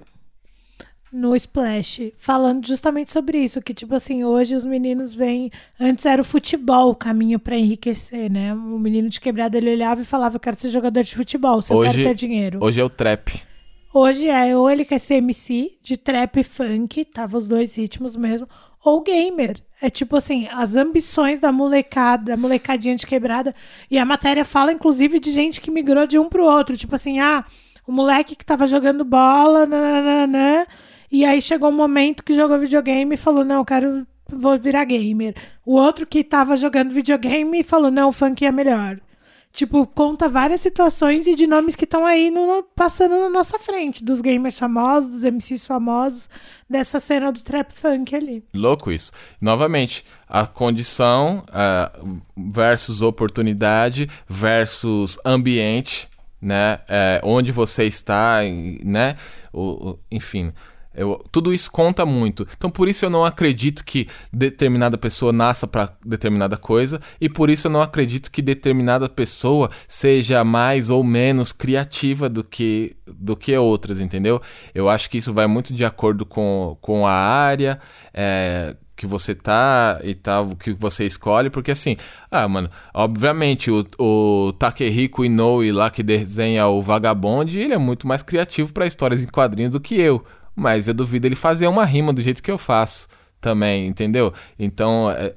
no Splash, falando justamente sobre isso, que tipo assim, hoje os meninos vêm, antes era o futebol o caminho para enriquecer, né? O menino de quebrada, ele olhava e falava, eu quero ser jogador de futebol, se hoje, eu quero ter dinheiro. Hoje é o trap. Hoje é, ou ele quer ser M C de trap e funk, tava os dois ritmos mesmo, ou gamer. É tipo assim, as ambições da molecada, da molecadinha de quebrada. E a matéria fala, inclusive, de gente que migrou de um pro outro. Tipo assim, ah, o moleque que tava jogando bola, nananana, e aí chegou um momento que jogou videogame e falou, não, eu quero, vou virar gamer. O outro que tava jogando videogame e falou, não, o funk é melhor. Tipo, conta várias situações e de nomes que estão aí no, passando na nossa frente, dos gamers famosos, dos M Cs famosos, dessa cena do trap funk ali. Louco isso. Novamente, a condição uh, versus oportunidade versus ambiente, né? Uh, onde você está, né? O, o, enfim... Eu, tudo isso conta muito. Então por isso eu não acredito que determinada pessoa nasça para determinada coisa, e por isso eu não acredito que determinada pessoa seja mais ou menos criativa do que, do que outras, entendeu? Eu acho que isso vai muito de acordo com, com a área é, que você tá e tal, que você escolhe, porque assim, ah, mano, obviamente o, o Takehiko Inoue lá que desenha o Vagabond, ele é muito mais criativo para histórias em quadrinhos do que eu. Mas eu duvido ele fazer uma rima do jeito que eu faço também, entendeu? Então é,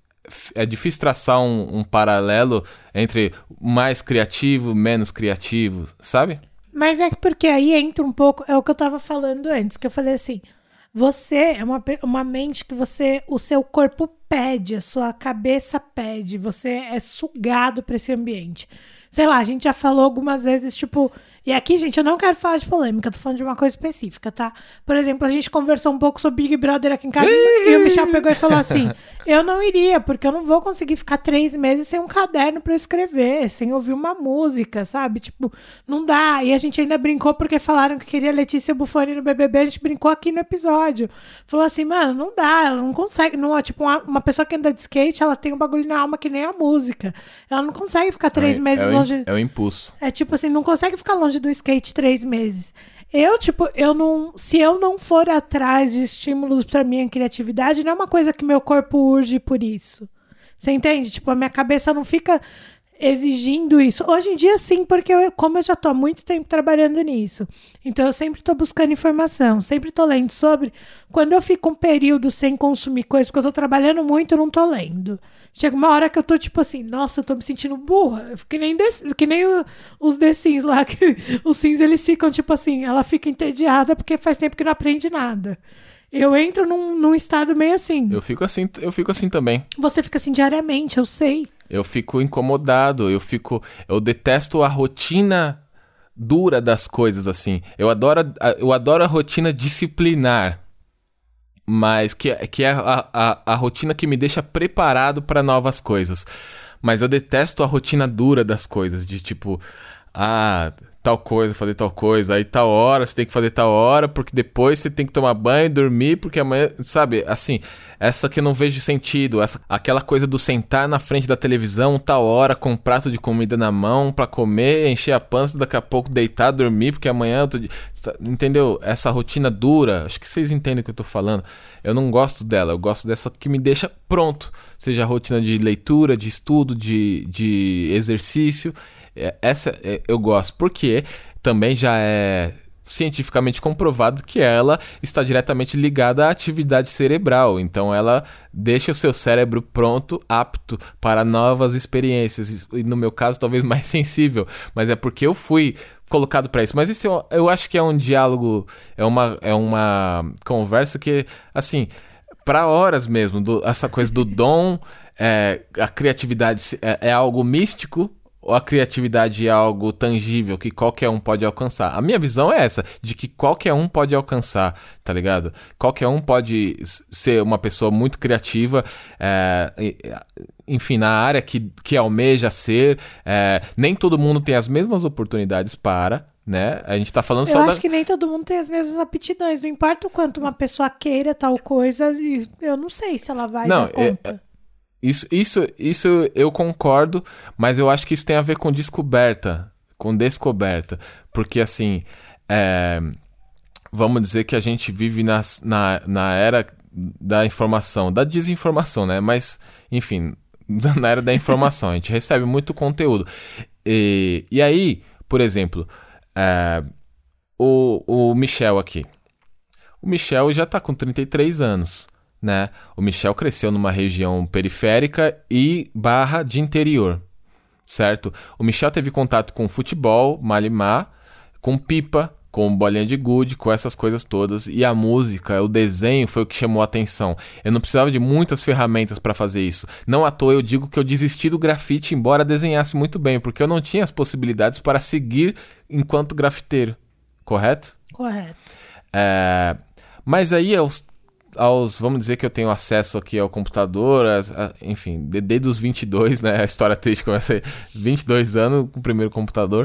é difícil traçar um, um paralelo entre mais criativo, menos criativo, sabe? Mas é porque aí entra um pouco, é o que eu tava falando antes, que eu falei assim, você é uma, uma mente que você, o seu corpo pede, a sua cabeça pede, você é sugado para esse ambiente. Sei lá, a gente já falou algumas vezes, tipo... E aqui, gente, eu não quero falar de polêmica, eu tô falando de uma coisa específica, tá? Por exemplo, a gente conversou um pouco sobre Big Brother aqui em casa e o Michel pegou e falou assim, eu não iria, porque eu não vou conseguir ficar três meses sem um caderno pra eu escrever, sem ouvir uma música, sabe? Tipo, não dá. E a gente ainda brincou porque falaram que queria Letícia Buffoni no B B B, a gente brincou aqui no episódio. Falou assim, mano, não dá, ela não consegue, não, tipo, uma, uma pessoa que anda de skate, ela tem um bagulho na alma que nem a música. Ela não consegue ficar três é, meses é longe... O, é o impulso. É tipo assim, não consegue ficar longe do skate três meses. Eu, tipo, eu não... Se eu não for atrás de estímulos pra minha criatividade, não é uma coisa que meu corpo urge por isso. Você entende? Tipo, a minha cabeça não fica exigindo isso. Hoje em dia, sim, porque eu, como eu já tô há muito tempo trabalhando nisso, então eu sempre tô buscando informação, sempre tô lendo sobre. Quando eu fico um período sem consumir coisas, porque eu tô trabalhando muito, eu não tô lendo. Chega uma hora que eu tô tipo assim, nossa, eu tô me sentindo burra. Eu fico que nem, The, que nem o, os The Sims lá, que os Sims eles ficam tipo assim, ela fica entediada porque faz tempo que não aprende nada. Eu entro num, num estado meio assim. Eu fico assim, eu fico assim também. Você fica assim diariamente, eu sei. Eu fico incomodado, eu fico... Eu detesto a rotina dura das coisas, assim. Eu adoro, eu adoro a rotina disciplinar. Mas que, que é a, a, a rotina que me deixa preparado para novas coisas. Mas eu detesto a rotina dura das coisas. De tipo... Ah, tal coisa, fazer tal coisa, aí tal hora você tem que fazer tal hora, porque depois você tem que tomar banho, dormir, porque amanhã, sabe, assim, essa que eu não vejo sentido, essa, aquela coisa do sentar na frente da televisão tal hora, com um prato de comida na mão pra comer, encher a pança, daqui a pouco deitar, dormir, porque amanhã eu tô... Entendeu? Essa rotina dura, acho que vocês entendem o que eu tô falando. Eu não gosto dela, eu gosto dessa que me deixa pronto, seja a rotina de leitura, de estudo, de, de exercício. Essa eu gosto, porque também já é cientificamente comprovado que ela está diretamente ligada à atividade cerebral. Então ela deixa o seu cérebro pronto, apto para novas experiências. E no meu caso, talvez mais sensível. Mas é porque eu fui colocado para isso. Mas isso eu, eu acho que é um diálogo, é uma, é uma conversa que, assim, para horas mesmo. Do, essa coisa do dom, é, a criatividade é, é algo místico, ou a criatividade é algo tangível que qualquer um pode alcançar? A minha visão é essa, de que qualquer um pode alcançar, tá ligado? Qualquer um pode ser uma pessoa muito criativa, é, enfim, na área que, que almeja ser. É, nem todo mundo tem as mesmas oportunidades para... Né? A gente tá falando eu só acho da... que nem todo mundo tem as mesmas aptidões. Não importa o quanto uma pessoa queira tal coisa, eu não sei se ela vai não, dar conta. É... Isso, isso, isso eu concordo, mas eu acho que isso tem a ver com descoberta, com descoberta, porque assim, é, vamos dizer que a gente vive na, na, na era da informação, da desinformação, né? Mas, enfim, na era da informação, a gente recebe muito conteúdo. E, e aí, por exemplo, é, o, o Michel aqui, o Michel já tá com trinta e três anos. Né? O Michel cresceu numa região periférica e barra de interior, certo? O Michel teve contato com futebol, malimar, com pipa, com bolinha de gude, com essas coisas todas. E a música, o desenho foi o que chamou a atenção. Eu não precisava de muitas ferramentas para fazer isso. Não à toa eu digo que eu desisti do grafite, embora desenhasse muito bem, porque eu não tinha as possibilidades para seguir enquanto grafiteiro. Correto? Correto. É... Mas aí aos aos, vamos dizer que eu tenho acesso aqui ao computador, a, a, enfim, de, desde os vinte e dois, né, a história triste começa aí, vinte e dois anos com o primeiro computador,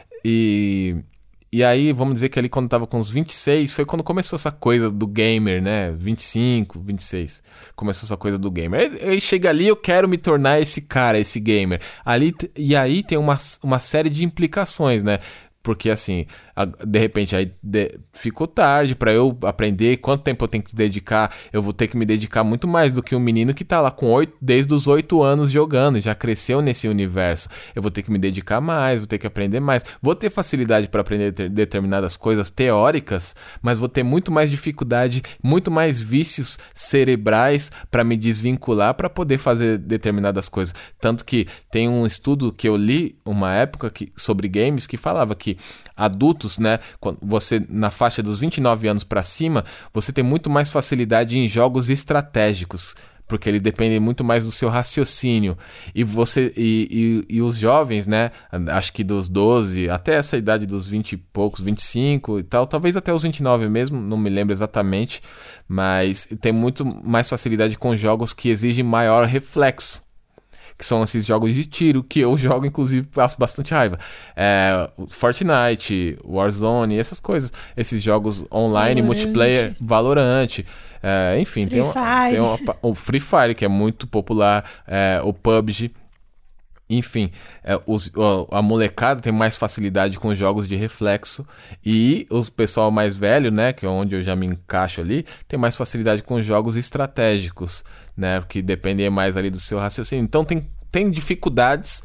e, e aí vamos dizer que ali quando eu tava com uns vinte e seis, foi quando começou essa coisa do gamer, né, vinte e cinco, vinte e seis, começou essa coisa do gamer, aí, aí chega ali, eu quero me tornar esse cara, esse gamer, ali, e aí tem uma, uma série de implicações, né, porque assim, de repente aí de, ficou tarde para eu aprender quanto tempo eu tenho que dedicar. Eu vou ter que me dedicar muito mais do que um menino que tá lá com oito, desde os oito anos jogando, já cresceu nesse universo. Eu vou ter que me dedicar mais, vou ter que aprender mais. Vou ter facilidade para aprender ter, determinadas coisas teóricas, mas vou ter muito mais dificuldade, muito mais vícios cerebrais para me desvincular para poder fazer determinadas coisas. Tanto que tem um estudo que eu li uma época que, sobre games que falava que adultos, né, quando você na faixa dos vinte e nove anos para cima, você tem muito mais facilidade em jogos estratégicos, porque ele depende muito mais do seu raciocínio. E você e, e, e os jovens, né, acho que dos doze até essa idade dos vinte e poucos, vinte e cinco e tal, talvez até os vinte e nove mesmo, não me lembro exatamente, mas tem muito mais facilidade com jogos que exigem maior reflexo, que são esses jogos de tiro, que eu jogo, inclusive, passo bastante raiva. É, Fortnite, Warzone, essas coisas. Esses jogos online, Valorant. Multiplayer, Valorant. É, enfim, Free tem, uma, Fire. tem uma, o Free Fire, que é muito popular, é, o P U B G. Enfim, é, os, a molecada tem mais facilidade com jogos de reflexo e o pessoal mais velho, né, que é onde eu já me encaixo ali, tem mais facilidade com jogos estratégicos, né, que dependem mais ali do seu raciocínio. Então tem, tem dificuldades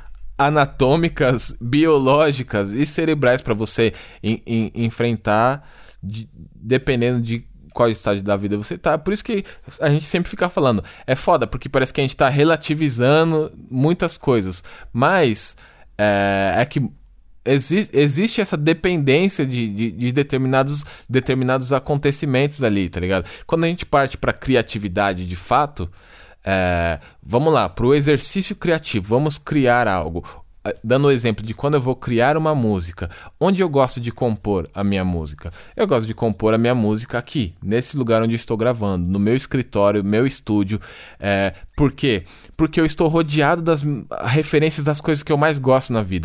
anatômicas, biológicas e cerebrais para você em, em, enfrentar, de, dependendo de qual estágio da vida você tá. Por isso que a gente sempre fica falando, é foda, porque parece que a gente tá relativizando muitas coisas, mas é, é que exi- existe essa dependência de, de, de determinados, determinados acontecimentos ali, tá ligado? Quando a gente parte pra criatividade de fato, é, vamos lá, pro exercício criativo, vamos criar algo. Dando o exemplo de quando eu vou criar uma música, onde eu gosto de compor a minha música? Eu gosto de compor a minha música aqui, nesse lugar onde eu estou gravando, no meu escritório, meu estúdio. É, por quê? Porque eu estou rodeado das referências das coisas que eu mais gosto na vida.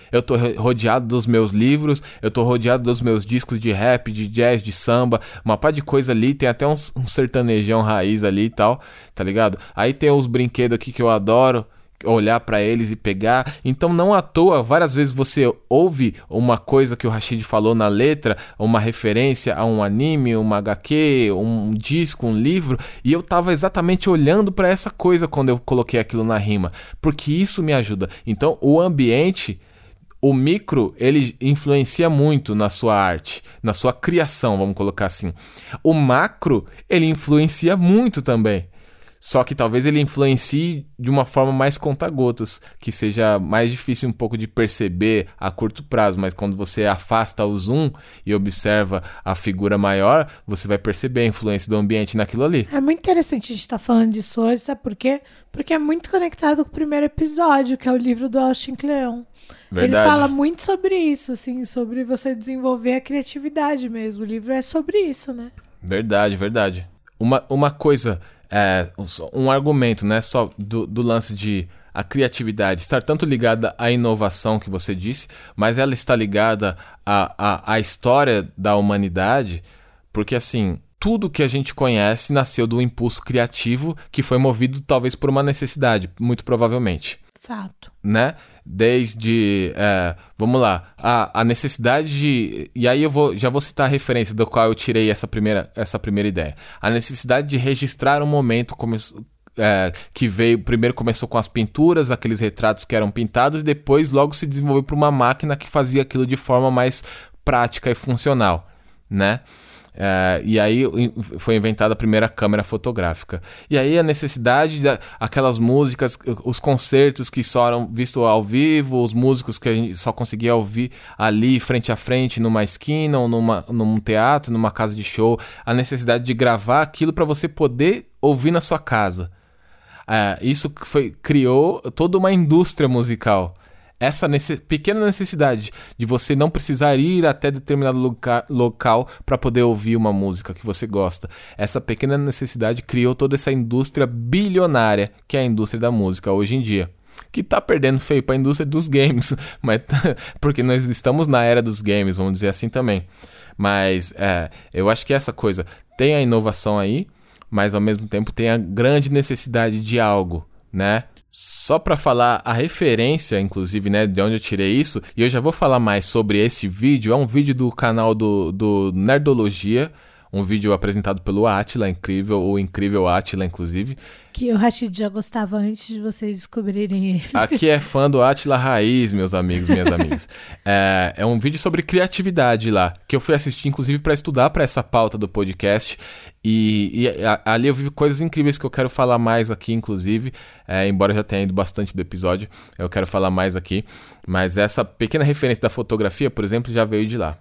eu tô rodeado dos meus livros, eu tô rodeado dos meus discos de rap, de jazz, de samba, uma pá de coisa ali, tem até um, um sertanejão raiz ali e tal, tá ligado? Aí tem os brinquedos aqui que eu adoro, olhar pra eles e pegar. Então não à toa, várias vezes você ouve uma coisa que o Rashid falou na letra, uma referência a um anime, uma agá quê, um disco, um livro, e eu tava exatamente olhando pra essa coisa quando eu coloquei aquilo na rima, porque isso me ajuda. Então o ambiente, o micro, ele influencia muito na sua arte, na sua criação, vamos colocar assim. O macro, ele influencia muito também. Só que talvez ele influencie de uma forma mais conta-gotas, que seja mais difícil um pouco de perceber a curto prazo, mas quando você afasta o zoom e observa a figura maior, você vai perceber a influência do ambiente naquilo ali. É muito interessante a gente estar falando disso hoje, sabe por quê? Porque é muito conectado com o primeiro episódio, que é o livro do Austin Kleon. Verdade. Ele fala muito sobre isso, assim, sobre você desenvolver a criatividade mesmo. O livro é sobre isso, né? Verdade, verdade. Uma, uma coisa... É, um argumento, né, só do, do lance de a criatividade estar tanto ligada à inovação que você disse, mas ela está ligada à, à, à história da humanidade, porque assim, tudo que a gente conhece nasceu do impulso criativo que foi movido talvez por uma necessidade, muito provavelmente. Fato. Né? Desde, é, vamos lá, a, a necessidade de... E aí eu vou, já vou citar a referência do qual eu tirei essa primeira, essa primeira ideia. A necessidade de registrar um momento come, é, que veio... Primeiro começou com as pinturas, aqueles retratos que eram pintados, e depois logo se desenvolveu para uma máquina que fazia aquilo de forma mais prática e funcional, né? É, e aí foi inventada a primeira câmera fotográfica. E aí a necessidade daquelas músicas, os concertos que só eram vistos ao vivo, os músicos que a gente só conseguia ouvir ali frente a frente numa esquina ou numa, num teatro, numa casa de show. A necessidade de gravar aquilo para você poder ouvir na sua casa. É, isso foi, criou toda uma indústria musical. Essa nesse, pequena necessidade de você não precisar ir até determinado loca, local para poder ouvir uma música que você gosta. Essa pequena necessidade criou toda essa indústria bilionária que é a indústria da música hoje em dia. Que tá perdendo feio para a indústria dos games, mas, porque nós estamos na era dos games, vamos dizer assim também. Mas é, eu acho que essa coisa tem a inovação aí, mas ao mesmo tempo tem a grande necessidade de algo, né? Só para falar a referência, inclusive, né, de onde eu tirei isso, e eu já vou falar mais sobre esse vídeo, é um vídeo do canal do, do Nerdologia, um vídeo apresentado pelo Átila, incrível, o incrível Átila, inclusive. Que o Rashid já gostava antes de vocês descobrirem ele. Aqui é fã do Átila Raiz, meus amigos, minhas amigas. É, é um vídeo sobre criatividade lá, que eu fui assistir, inclusive, para estudar para essa pauta do podcast. E, e a, ali eu vi coisas incríveis que eu quero falar mais aqui, inclusive. É, embora já tenha ido bastante do episódio, eu quero falar mais aqui. Mas essa pequena referência da fotografia, por exemplo, já veio de lá.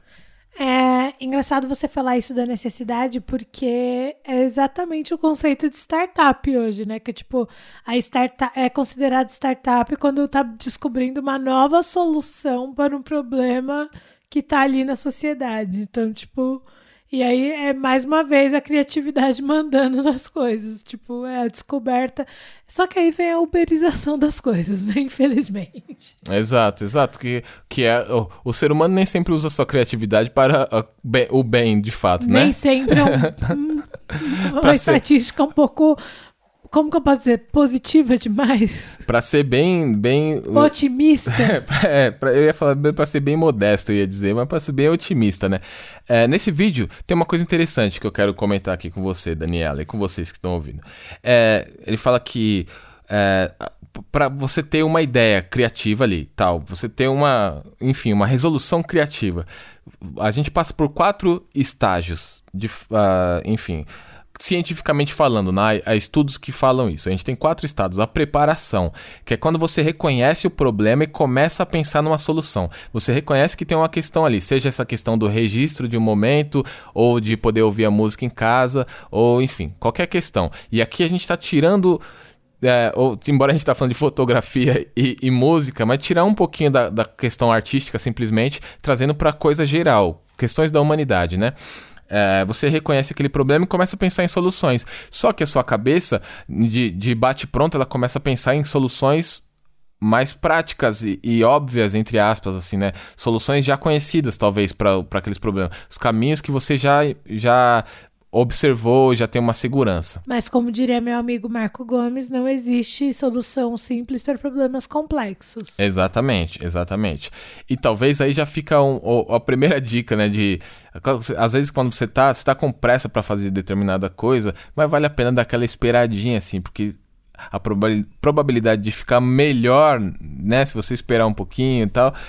É engraçado você falar isso da necessidade, porque é exatamente o conceito de startup hoje, né? Que tipo, a startup é considerado startup quando tá descobrindo uma nova solução para um problema que tá ali na sociedade. Então, tipo, e aí é mais uma vez a criatividade mandando nas coisas, tipo, é a descoberta. Só que aí vem a uberização das coisas, né? Infelizmente. Exato, exato. Que, que é, o, o ser humano nem sempre usa a sua criatividade para a, be, o bem, de fato, né? Nem sempre é um, uma Pra estatística ser... um pouco... Como que eu posso dizer? Positiva demais? Pra ser bem... bem otimista? É, pra, eu ia falar pra ser bem modesto, eu ia dizer, mas pra ser bem otimista, né? É, nesse vídeo tem uma coisa interessante que eu quero comentar aqui com você, Daniela, e com vocês que estão ouvindo. É, ele fala que é, pra você ter uma ideia criativa ali, tal, você ter uma, enfim, uma resolução criativa, a gente passa por quatro estágios, de, uh, enfim... cientificamente falando, né? Há estudos que falam isso. A gente tem quatro estados. A preparação, que é quando você reconhece o problema e começa a pensar numa solução. Você reconhece que tem uma questão ali, seja essa questão do registro de um momento, ou de poder ouvir a música em casa, ou enfim, qualquer questão. E aqui a gente está tirando... É, ou, embora a gente está falando de fotografia e, e música, mas tirar um pouquinho da, da questão artística simplesmente, trazendo para coisa geral, questões da humanidade, né? É, você reconhece aquele problema e começa a pensar em soluções. Só que a sua cabeça, de, de bate-pronto, ela começa a pensar em soluções mais práticas e, e óbvias, entre aspas, assim, né? Soluções já conhecidas, talvez, para aqueles problemas. Os caminhos que você já, já observou, já tem uma segurança. Mas como diria meu amigo Marco Gomes, não existe solução simples para problemas complexos. Exatamente, exatamente. E talvez aí já fica um, a primeira dica, né? De às vezes quando você tá, você tá com pressa para fazer determinada coisa, mas vale a pena dar aquela esperadinha, assim, porque a probabilidade de ficar melhor, né, se você esperar um pouquinho e tal,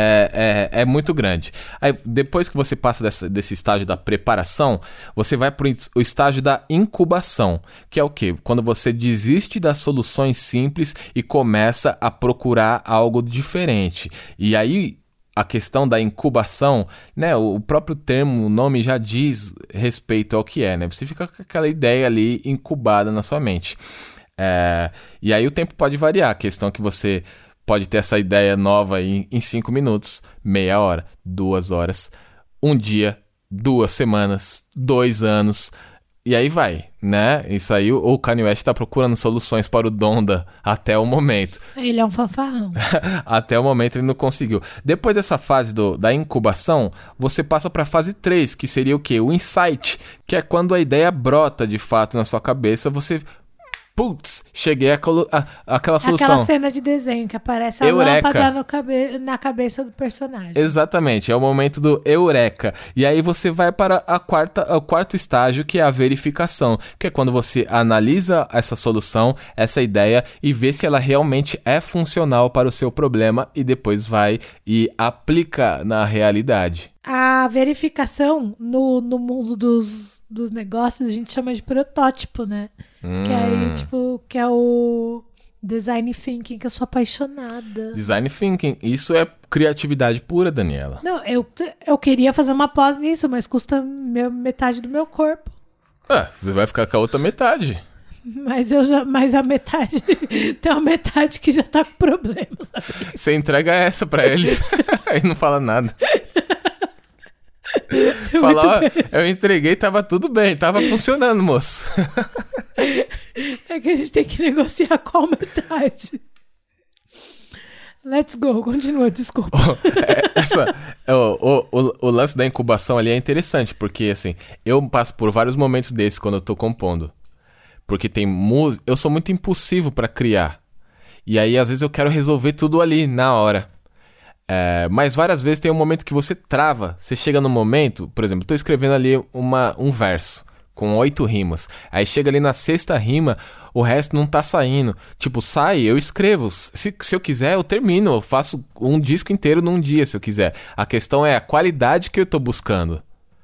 é, é, é muito grande. Aí, depois que você passa dessa, desse estágio da preparação, você vai para o estágio da incubação, que é o quê? Quando você desiste das soluções simples e começa a procurar algo diferente. E aí, a questão da incubação, né, o próprio termo, o nome já diz respeito ao que é, né? Você fica com aquela ideia ali incubada na sua mente. É, e aí o tempo pode variar, a questão é que você pode ter essa ideia nova aí em cinco minutos, meia hora, duas horas, um dia, duas semanas, dois anos, e aí vai, né? Isso aí o Kanye West está procurando soluções para o Donda até o momento. Ele é um fanfarrão. Até o momento ele não conseguiu. Depois dessa fase do, da incubação, você passa para a fase três, que seria o quê? O insight, que é quando a ideia brota de fato na sua cabeça, você... Putz, cheguei àquela àquela solução. Aquela cena de desenho que aparece a Eureka. lâmpada no cabe- na cabeça do personagem. Exatamente, é o momento do Eureka. E aí você vai para a quarta, o quarto estágio, que é a verificação, que é quando você analisa essa solução, essa ideia, e vê se ela realmente é funcional para o seu problema e depois vai e aplica na realidade. A verificação no, no mundo dos, dos negócios a gente chama de protótipo, né? Hum. Que aí, tipo, que é o design thinking, que eu sou apaixonada. Design thinking, isso é criatividade pura, Daniela. Não, eu, eu queria fazer uma pós nisso, mas custa meu, metade do meu corpo. Ah, você vai ficar com a outra metade. Mas, eu já, mas a metade, tem uma metade que já tá com problemas. Você entrega essa pra eles, aí não fala nada. Fala, ó, eu entreguei, tava tudo bem, tava funcionando, moço. É que a gente tem que negociar qual metade. Let's go, continua, desculpa. Essa, o, o, o lance da incubação ali é interessante, porque assim, eu passo por vários momentos desses quando eu tô compondo. Porque tem música, eu sou muito impulsivo pra criar. E aí, às vezes, eu quero resolver tudo ali, na hora. É, mas várias vezes tem um momento que você trava. Você chega no momento, por exemplo, eu tô escrevendo ali uma, um verso com oito rimas. Aí chega ali na sexta rima, o resto não tá saindo. Tipo, sai, eu escrevo. Se, se eu quiser, eu termino. Eu faço um disco inteiro num dia, se eu quiser. A questão é a qualidade que eu tô buscando.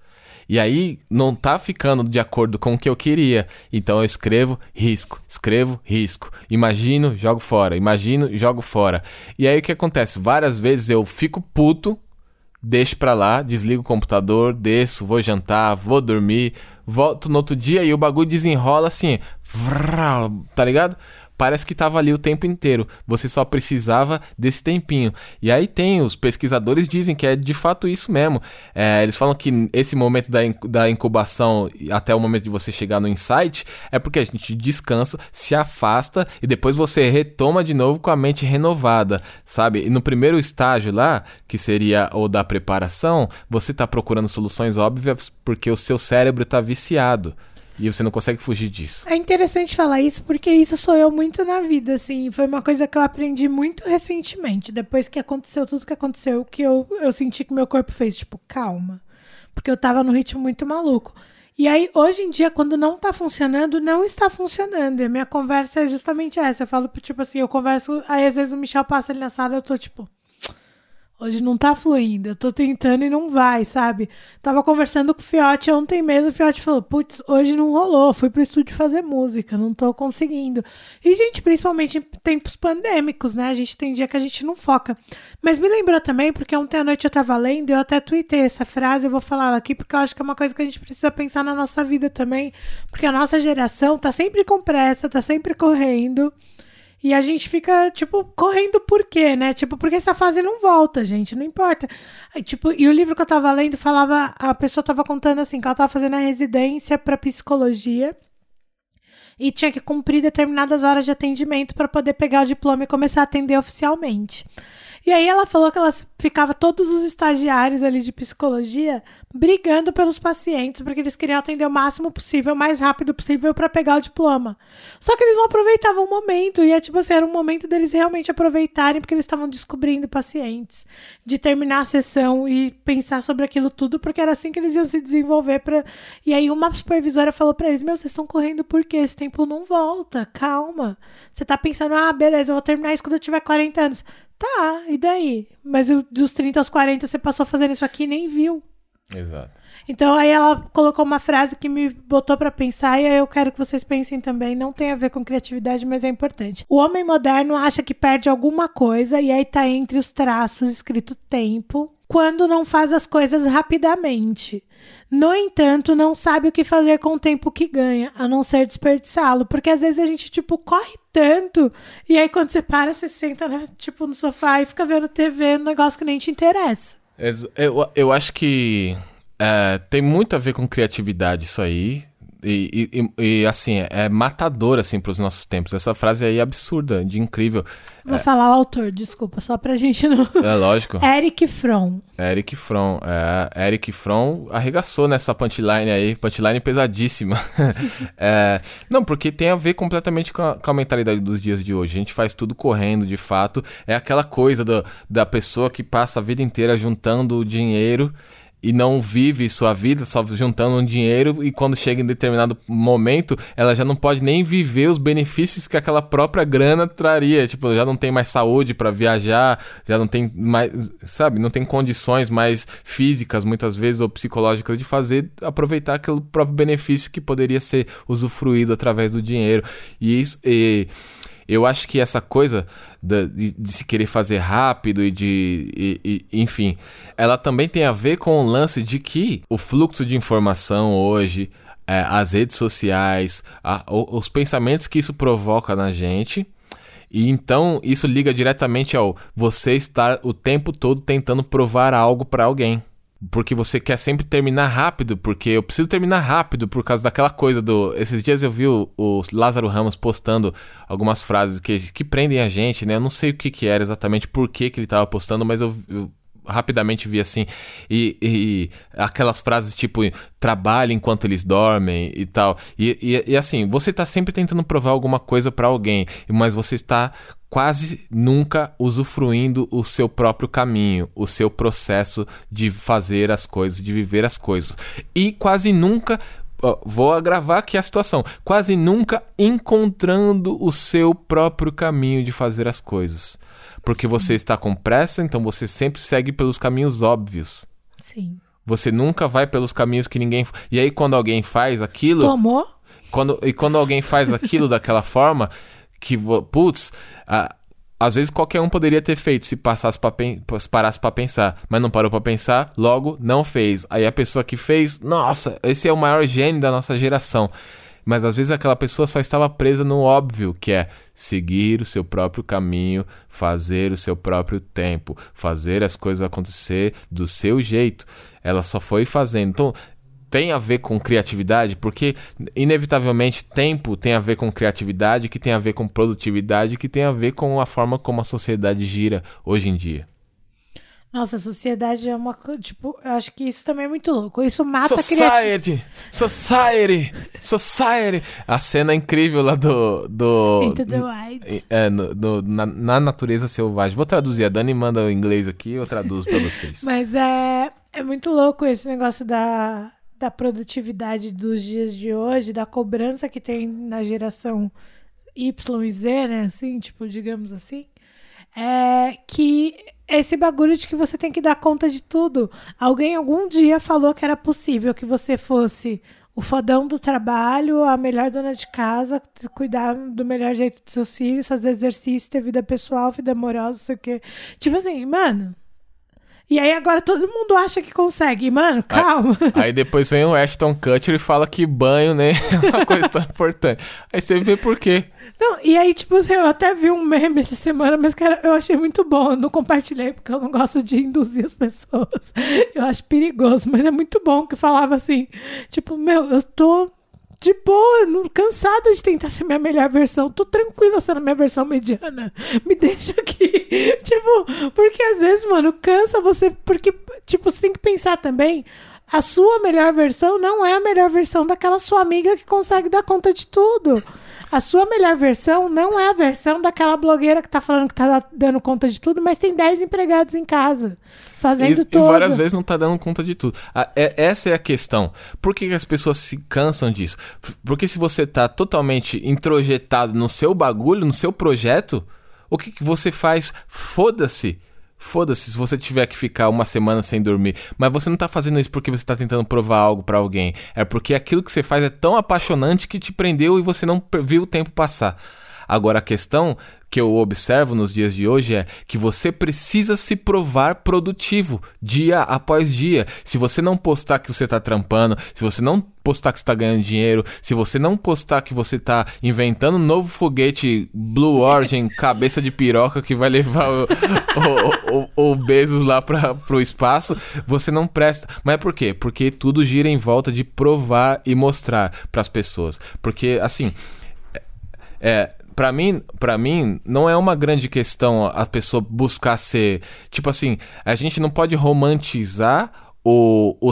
E aí não tá ficando de acordo com o que eu queria. Então eu escrevo, risco, escrevo, risco. Imagino, jogo fora. Imagino, jogo fora. E aí o que acontece? Várias vezes eu fico puto, deixo pra lá, desligo o computador, desço, vou jantar, vou dormir, volto no outro dia e o bagulho desenrola assim, vrá, tá ligado? Parece que tava ali o tempo inteiro. Você só precisava desse tempinho. E aí tem, os pesquisadores dizem que é de fato isso mesmo. É, eles falam que esse momento da, da incubação até o momento de você chegar no insight é porque a gente descansa, se afasta e depois você retoma de novo com a mente renovada, sabe? E no primeiro estágio lá, que seria o da preparação, você tá procurando soluções óbvias porque o seu cérebro tá viciado. E você não consegue fugir disso. É interessante falar isso, porque isso sou eu muito na vida, assim. Foi uma coisa que eu aprendi muito recentemente. Depois que aconteceu tudo que aconteceu, que eu, eu senti que meu corpo fez, tipo, calma. Porque eu tava num ritmo muito maluco. E aí, hoje em dia, quando não tá funcionando, não está funcionando. E a minha conversa é justamente essa. Eu falo, tipo assim, eu converso, aí às vezes o Michel passa ali na sala e eu tô, tipo... Hoje não tá fluindo, eu tô tentando e não vai, sabe? Tava conversando com o Fiote ontem mesmo, o Fiote falou, putz, hoje não rolou, fui pro estúdio fazer música, não tô conseguindo. E, gente, principalmente em tempos pandêmicos, né? A gente tem dia que a gente não foca. Mas me lembrou também, porque ontem à noite eu tava lendo e eu até tuitei essa frase, eu vou falar ela aqui, porque eu acho que é uma coisa que a gente precisa pensar na nossa vida também, porque a nossa geração tá sempre com pressa, tá sempre correndo... E a gente fica, tipo, correndo por quê, né? Tipo, porque essa fase não volta, gente, não importa. Aí, tipo, e o livro que eu tava lendo falava, a pessoa tava contando assim, que ela tava fazendo a residência pra psicologia. e tinha que cumprir determinadas horas de atendimento para poder pegar o diploma e começar a atender oficialmente. E aí ela falou que ela ficava todos os estagiários ali de psicologia brigando pelos pacientes, porque eles queriam atender o máximo possível, o mais rápido possível para pegar o diploma. Só que eles não aproveitavam o momento, e é tipo assim, era um momento deles realmente aproveitarem, porque eles estavam descobrindo pacientes, de terminar a sessão e pensar sobre aquilo tudo, porque era assim que eles iam se desenvolver. Pra... E aí uma supervisora falou para eles, meu, vocês estão correndo por quê? Esse tempo não volta, calma. Você tá pensando, ah, beleza, eu vou terminar isso quando eu tiver quarenta anos. Tá, e daí? Mas dos trinta aos quarenta você passou fazendo isso aqui e nem viu. Exato. Então aí ela colocou uma frase que me botou pra pensar, e aí eu quero que vocês pensem também. Não tem a ver com criatividade, mas é importante. O homem moderno acha que perde alguma coisa, e aí tá entre os traços escrito tempo, quando não faz as coisas rapidamente. No entanto, não sabe o que fazer com o tempo que ganha, a não ser desperdiçá-lo. Porque às vezes a gente, tipo, corre tanto, e aí quando você para, você senta, né, tipo, no sofá e fica vendo T V, um negócio que nem te interessa. Eu, eu acho que é, tem muito a ver com criatividade isso aí. E, e, e assim, é matador, assim, pros nossos tempos. Essa frase aí é absurda, de incrível. Vou é, falar o autor, desculpa, só pra gente não... É lógico. Erich Fromm. Erich Fromm. É, Erich Fromm arregaçou nessa punchline aí, punchline pesadíssima. é, não, porque tem a ver completamente com a, com a mentalidade dos dias de hoje. A gente faz tudo correndo, de fato. É aquela coisa do, da pessoa que passa a vida inteira juntando dinheiro e não vive sua vida só juntando um dinheiro, e quando chega em determinado momento, ela já não pode nem viver os benefícios que aquela própria grana traria. Tipo, já não tem mais saúde para viajar, já não tem mais, sabe, não tem condições mais físicas, muitas vezes, ou psicológicas, de fazer, aproveitar aquele próprio benefício que poderia ser usufruído através do dinheiro. E isso... E, eu acho que essa coisa de, de, de se querer fazer rápido e de... E, e, enfim, ela também tem a ver com o lance de que o fluxo de informação hoje, é, as redes sociais, a, os pensamentos que isso provoca na gente, e então isso liga diretamente ao você estar o tempo todo tentando provar algo para alguém. Porque você quer sempre terminar rápido, porque eu preciso terminar rápido por causa daquela coisa do... Esses dias eu vi o, o Lázaro Ramos postando algumas frases que, que prendem a gente, né? Eu não sei o que que era exatamente, por que que ele tava postando, mas eu, eu rapidamente vi assim. E, e aquelas frases tipo, trabalhe enquanto eles dormem e tal. E, e, e assim, você tá sempre tentando provar alguma coisa pra alguém, mas você está... quase nunca usufruindo o seu próprio caminho, o seu processo de fazer as coisas, de viver as coisas. E quase nunca, vou agravar aqui a situação, quase nunca encontrando o seu próprio caminho de fazer as coisas. Porque Sim. você está com pressa, então você sempre segue pelos caminhos óbvios. Sim. Você nunca vai pelos caminhos que ninguém... E aí quando alguém faz aquilo... Tomou? Quando... E quando alguém faz aquilo daquela forma... que, putz, a, às vezes qualquer um poderia ter feito se passasse pra pen, parasse pra pensar, mas não parou pra pensar, logo não fez. Aí a pessoa que fez, nossa, esse é o maior gênio da nossa geração. Mas às vezes aquela pessoa só estava presa no óbvio, que é seguir o seu próprio caminho, fazer o seu próprio tempo, fazer as coisas acontecer do seu jeito. Ela só foi fazendo. Então... tem a ver com criatividade, porque inevitavelmente tempo tem a ver com criatividade, que tem a ver com produtividade, que tem a ver com a forma como a sociedade gira hoje em dia. Nossa, a sociedade é uma coisa, tipo, eu acho que isso também é muito louco. Isso mata a criatividade. Society! Society! A cena incrível lá do... do Into the Wild. É, no, no, na, na natureza selvagem. Vou traduzir, a Dani manda o inglês aqui, eu traduzo pra vocês. Mas é, é muito louco esse negócio da... da produtividade dos dias de hoje, da cobrança que tem na geração Y e Z, né, assim, tipo, digamos assim, é que esse bagulho de que você tem que dar conta de tudo. Alguém algum dia falou que era possível que você fosse o fodão do trabalho, a melhor dona de casa, cuidar do melhor jeito dos seus filhos, fazer exercício, ter vida pessoal, vida amorosa, não sei o quê. Tipo assim, mano... E aí agora todo mundo acha que consegue. Mano, calma. Aí, aí depois vem o Ashton Kutcher e fala que banho, né, é uma coisa tão importante. Aí você vê por quê. Não, e aí, tipo, eu até vi um meme essa semana, mas cara, eu achei muito bom. Eu não compartilhei porque eu não gosto de induzir as pessoas. Eu acho perigoso, mas é muito bom que falava assim, tipo, meu, eu tô de boa, não, cansada de tentar ser minha melhor versão. Tô tranquila sendo minha versão mediana. Me deixa aqui. Tipo, porque às vezes, mano, cansa você. Porque, tipo, você tem que pensar também. A sua melhor versão não é a melhor versão daquela sua amiga que consegue dar conta de tudo. A sua melhor versão não é a versão daquela blogueira que tá falando que tá dando conta de tudo, mas tem dez empregados em casa, fazendo e, tudo. E várias vezes não tá dando conta de tudo. A, é, essa é a questão. Por que, que as pessoas se cansam disso? Porque se você tá totalmente introjetado no seu bagulho, no seu projeto, o que, que você faz? Foda-se. Foda-se se você tiver que ficar uma semana sem dormir. Mas você não tá fazendo isso porque você tá tentando provar algo pra alguém. É porque aquilo que você faz é tão apaixonante que te prendeu e você não viu o tempo passar. Agora, a questão que eu observo nos dias de hoje é que você precisa se provar produtivo dia após dia. Se você não postar que você tá trampando, se você não postar que você tá ganhando dinheiro, se você não postar que você tá inventando um novo foguete Blue Origin, cabeça de piroca que vai levar o, o, o, o Bezos lá pra, pro espaço, você não presta. Mas por quê? Porque tudo gira em volta de provar e mostrar pras pessoas. Porque, assim, é... Pra mim, pra mim, não é uma grande questão a pessoa buscar ser... Tipo assim, a gente não pode romantizar o, o,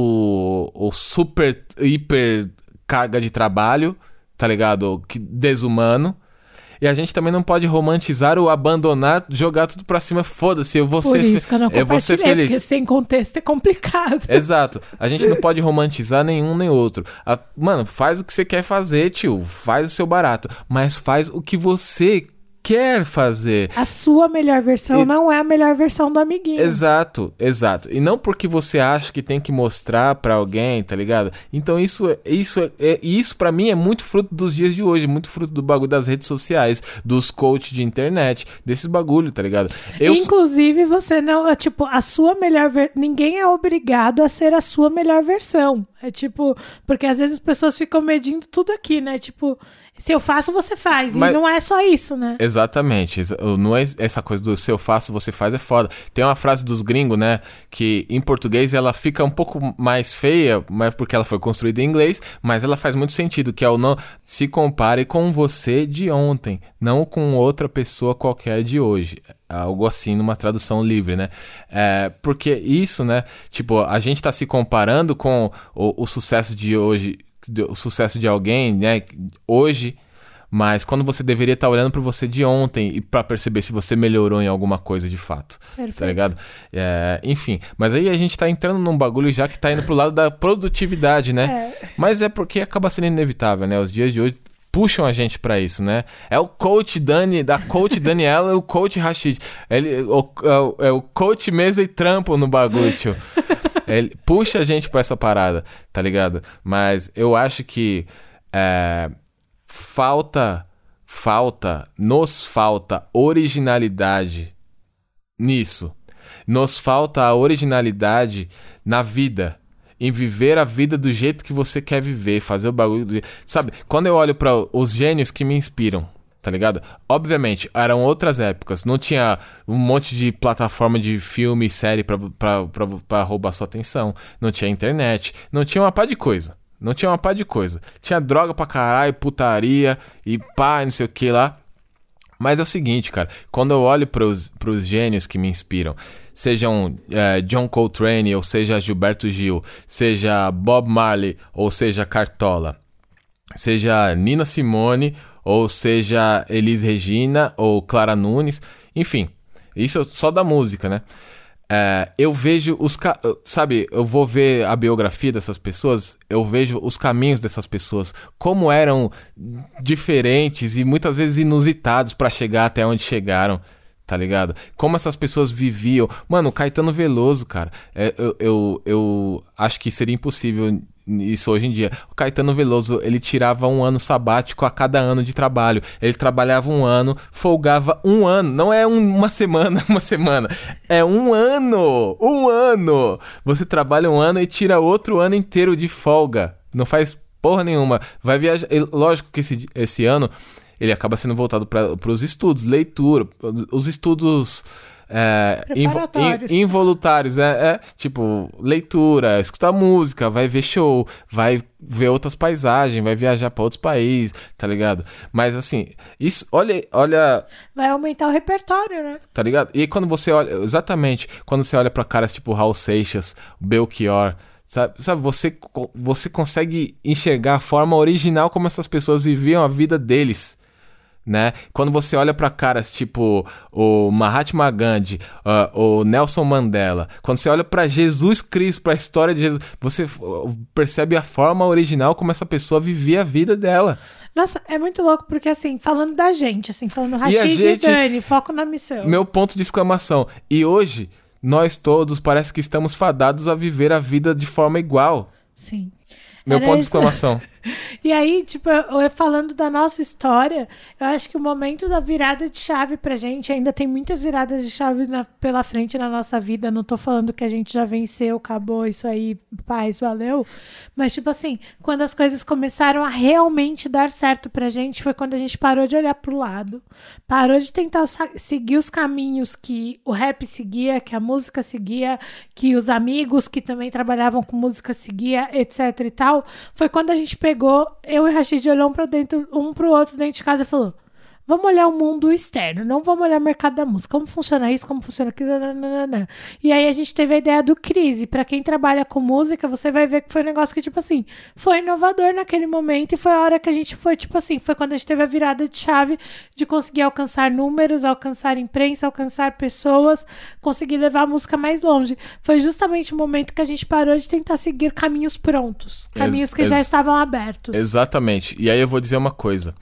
o, o super, hiper carga de trabalho, tá ligado? Que desumano. E a gente também não pode romantizar o abandonar, jogar tudo pra cima, foda-se, eu vou Por ser, isso que eu não eu vou ser feliz. Porque sem contexto é complicado. Exato. A gente não pode romantizar nenhum nem outro. A, mano, faz o que você quer fazer, tio. Faz o seu barato. Mas faz o que você quer fazer. A sua melhor versão e... não é a melhor versão do amiguinho. Exato, exato. E não porque você acha que tem que mostrar pra alguém, tá ligado? Então isso, isso, é, isso pra mim é muito fruto dos dias de hoje, muito fruto do bagulho das redes sociais, dos coaches de internet, desses bagulho, tá ligado? Eu... Inclusive, você não, tipo, a sua melhor ver... ninguém é obrigado a ser a sua melhor versão. É tipo, porque às vezes as pessoas ficam medindo tudo aqui, né? Tipo, se eu faço, você faz. Mas... E não é só isso, né? Exatamente. Não é essa coisa do se eu faço, você faz é foda. Tem uma frase dos gringos, né? Que em português ela fica um pouco mais feia, mas porque ela foi construída em inglês, mas ela faz muito sentido, que é o não se compare com você de ontem, não com outra pessoa qualquer de hoje. Algo assim numa tradução livre, né? É, porque isso, né? Tipo, a gente tá se comparando com o, o sucesso de hoje, o sucesso de alguém, né? Hoje, mas quando você deveria estar olhando para você de ontem e para perceber se você melhorou em alguma coisa de fato. Perfeito. Tá ligado? É, enfim, mas aí a gente tá entrando num bagulho já que tá indo pro lado da produtividade, né? É. Mas é porque acaba sendo inevitável, né? Os dias de hoje puxam a gente pra isso, né? É o coach Dani, da coach Daniela e o coach Rashid. Ele, o, é, é o coach mesa e trampo no bagulho, tio. Ele puxa a gente pra essa parada, tá ligado? Mas eu acho que é, falta, falta, nos falta originalidade nisso. Nos falta a originalidade na vida. Em viver a vida do jeito que você quer viver, fazer o bagulho do... Sabe, quando eu olho para os gênios que me inspiram, tá ligado? Obviamente, eram outras épocas, não tinha um monte de plataforma de filme e série pra, pra, pra, pra roubar sua atenção, não tinha internet, não tinha uma pá de coisa, não tinha uma pá de coisa. Tinha droga pra caralho, putaria e pá, não sei o que lá. Mas é o seguinte, cara, quando eu olho pros, pros gênios que me inspiram, sejam é, John Coltrane, ou seja Gilberto Gil, seja Bob Marley, ou seja Cartola, seja Nina Simone, ou seja Elis Regina, ou Clara Nunes, enfim, isso só da música, né? É, eu vejo os... Ca... Sabe, eu vou ver a biografia dessas pessoas, eu vejo os caminhos dessas pessoas, como eram diferentes e muitas vezes inusitados pra chegar até onde chegaram, tá ligado? Como essas pessoas viviam. Mano, o Caetano Veloso, cara, é, eu, eu, eu acho que seria impossível isso hoje em dia. O Caetano Veloso, ele tirava um ano sabático a cada ano de trabalho. Ele trabalhava um ano, folgava um ano. Não é um, uma semana, uma semana. É um ano! Um ano! Você trabalha um ano e tira outro ano inteiro de folga. Não faz porra nenhuma. Vai viajar... Lógico que esse, esse ano... ele acaba sendo voltado para os estudos, leitura, os estudos é, invo- Preparatórios. in- involuntários. É, é tipo, leitura, escutar música, vai ver show, vai ver outras paisagens, vai viajar pra outros países, tá ligado? Mas assim, isso, olha, olha, Vai aumentar o repertório, né? tá ligado? E quando você olha, exatamente, quando você olha pra caras tipo Raul Seixas, Belchior, sabe, sabe você, co- você consegue enxergar a forma original como essas pessoas viviam a vida deles, né? Quando você olha pra caras tipo o Mahatma Gandhi, ah, o Nelson Mandela, quando você olha pra Jesus Cristo, pra história de Jesus, você uh, percebe a forma original como essa pessoa vivia a vida dela. Nossa, é muito louco, porque assim, falando da gente, assim, falando E a Rashid e gente- Dani, foco na missão. Meu ponto de exclamação. E hoje, nós todos parece que estamos fadados a viver a vida de forma igual. Sim. Meu Era ponto de isso. exclamação. E aí, tipo, eu, eu falando da nossa história, eu acho que o momento da virada de chave pra gente, ainda tem muitas viradas de chave na- pela frente na nossa vida. Não tô falando que a gente já venceu, acabou isso aí, paz, valeu. Mas, tipo assim, quando as coisas começaram a realmente dar certo pra gente, foi quando a gente parou de olhar pro lado, parou de tentar sa- seguir os caminhos que o rap seguia, que a música seguia, que os amigos que também trabalhavam com música seguia, etc e tal. Foi quando a gente pegou, eu e Rashid olhamos pra dentro, um pro outro dentro de casa e falou: vamos olhar o mundo externo, não vamos olhar o mercado da música. Como funciona isso, como funciona aquilo, nananana. E aí a gente teve a ideia do Crise. Pra quem trabalha com música, você vai ver que foi um negócio que, tipo assim, foi inovador naquele momento e foi a hora que a gente foi, tipo assim, foi quando a gente teve a virada de chave de conseguir alcançar números, alcançar imprensa, alcançar pessoas, conseguir levar a música mais longe. Foi justamente o momento que a gente parou de tentar seguir caminhos prontos, caminhos que Ex- já ex- estavam abertos. Exatamente. E aí eu vou dizer uma coisa.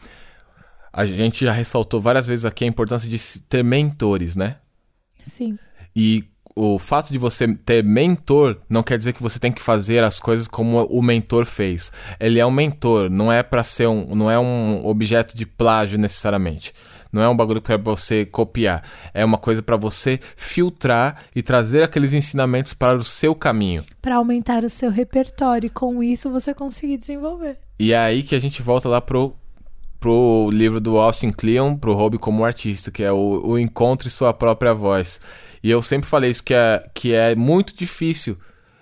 A gente já ressaltou várias vezes aqui a importância de se- ter mentores, né? Sim. E o fato de você ter mentor não quer dizer que você tem que fazer as coisas como o mentor fez. Ele é um mentor, não é para ser um, não é um objeto de plágio necessariamente. Não é um bagulho para você copiar. É uma coisa para você filtrar e trazer aqueles ensinamentos para o seu caminho. Para aumentar o seu repertório e com isso você conseguir desenvolver. E é aí que a gente volta lá pro pro livro do Austin Kleon, pro Hobby como Artista, que é o, o Encontre Sua Própria Voz. E eu sempre falei isso, que é, que é muito difícil.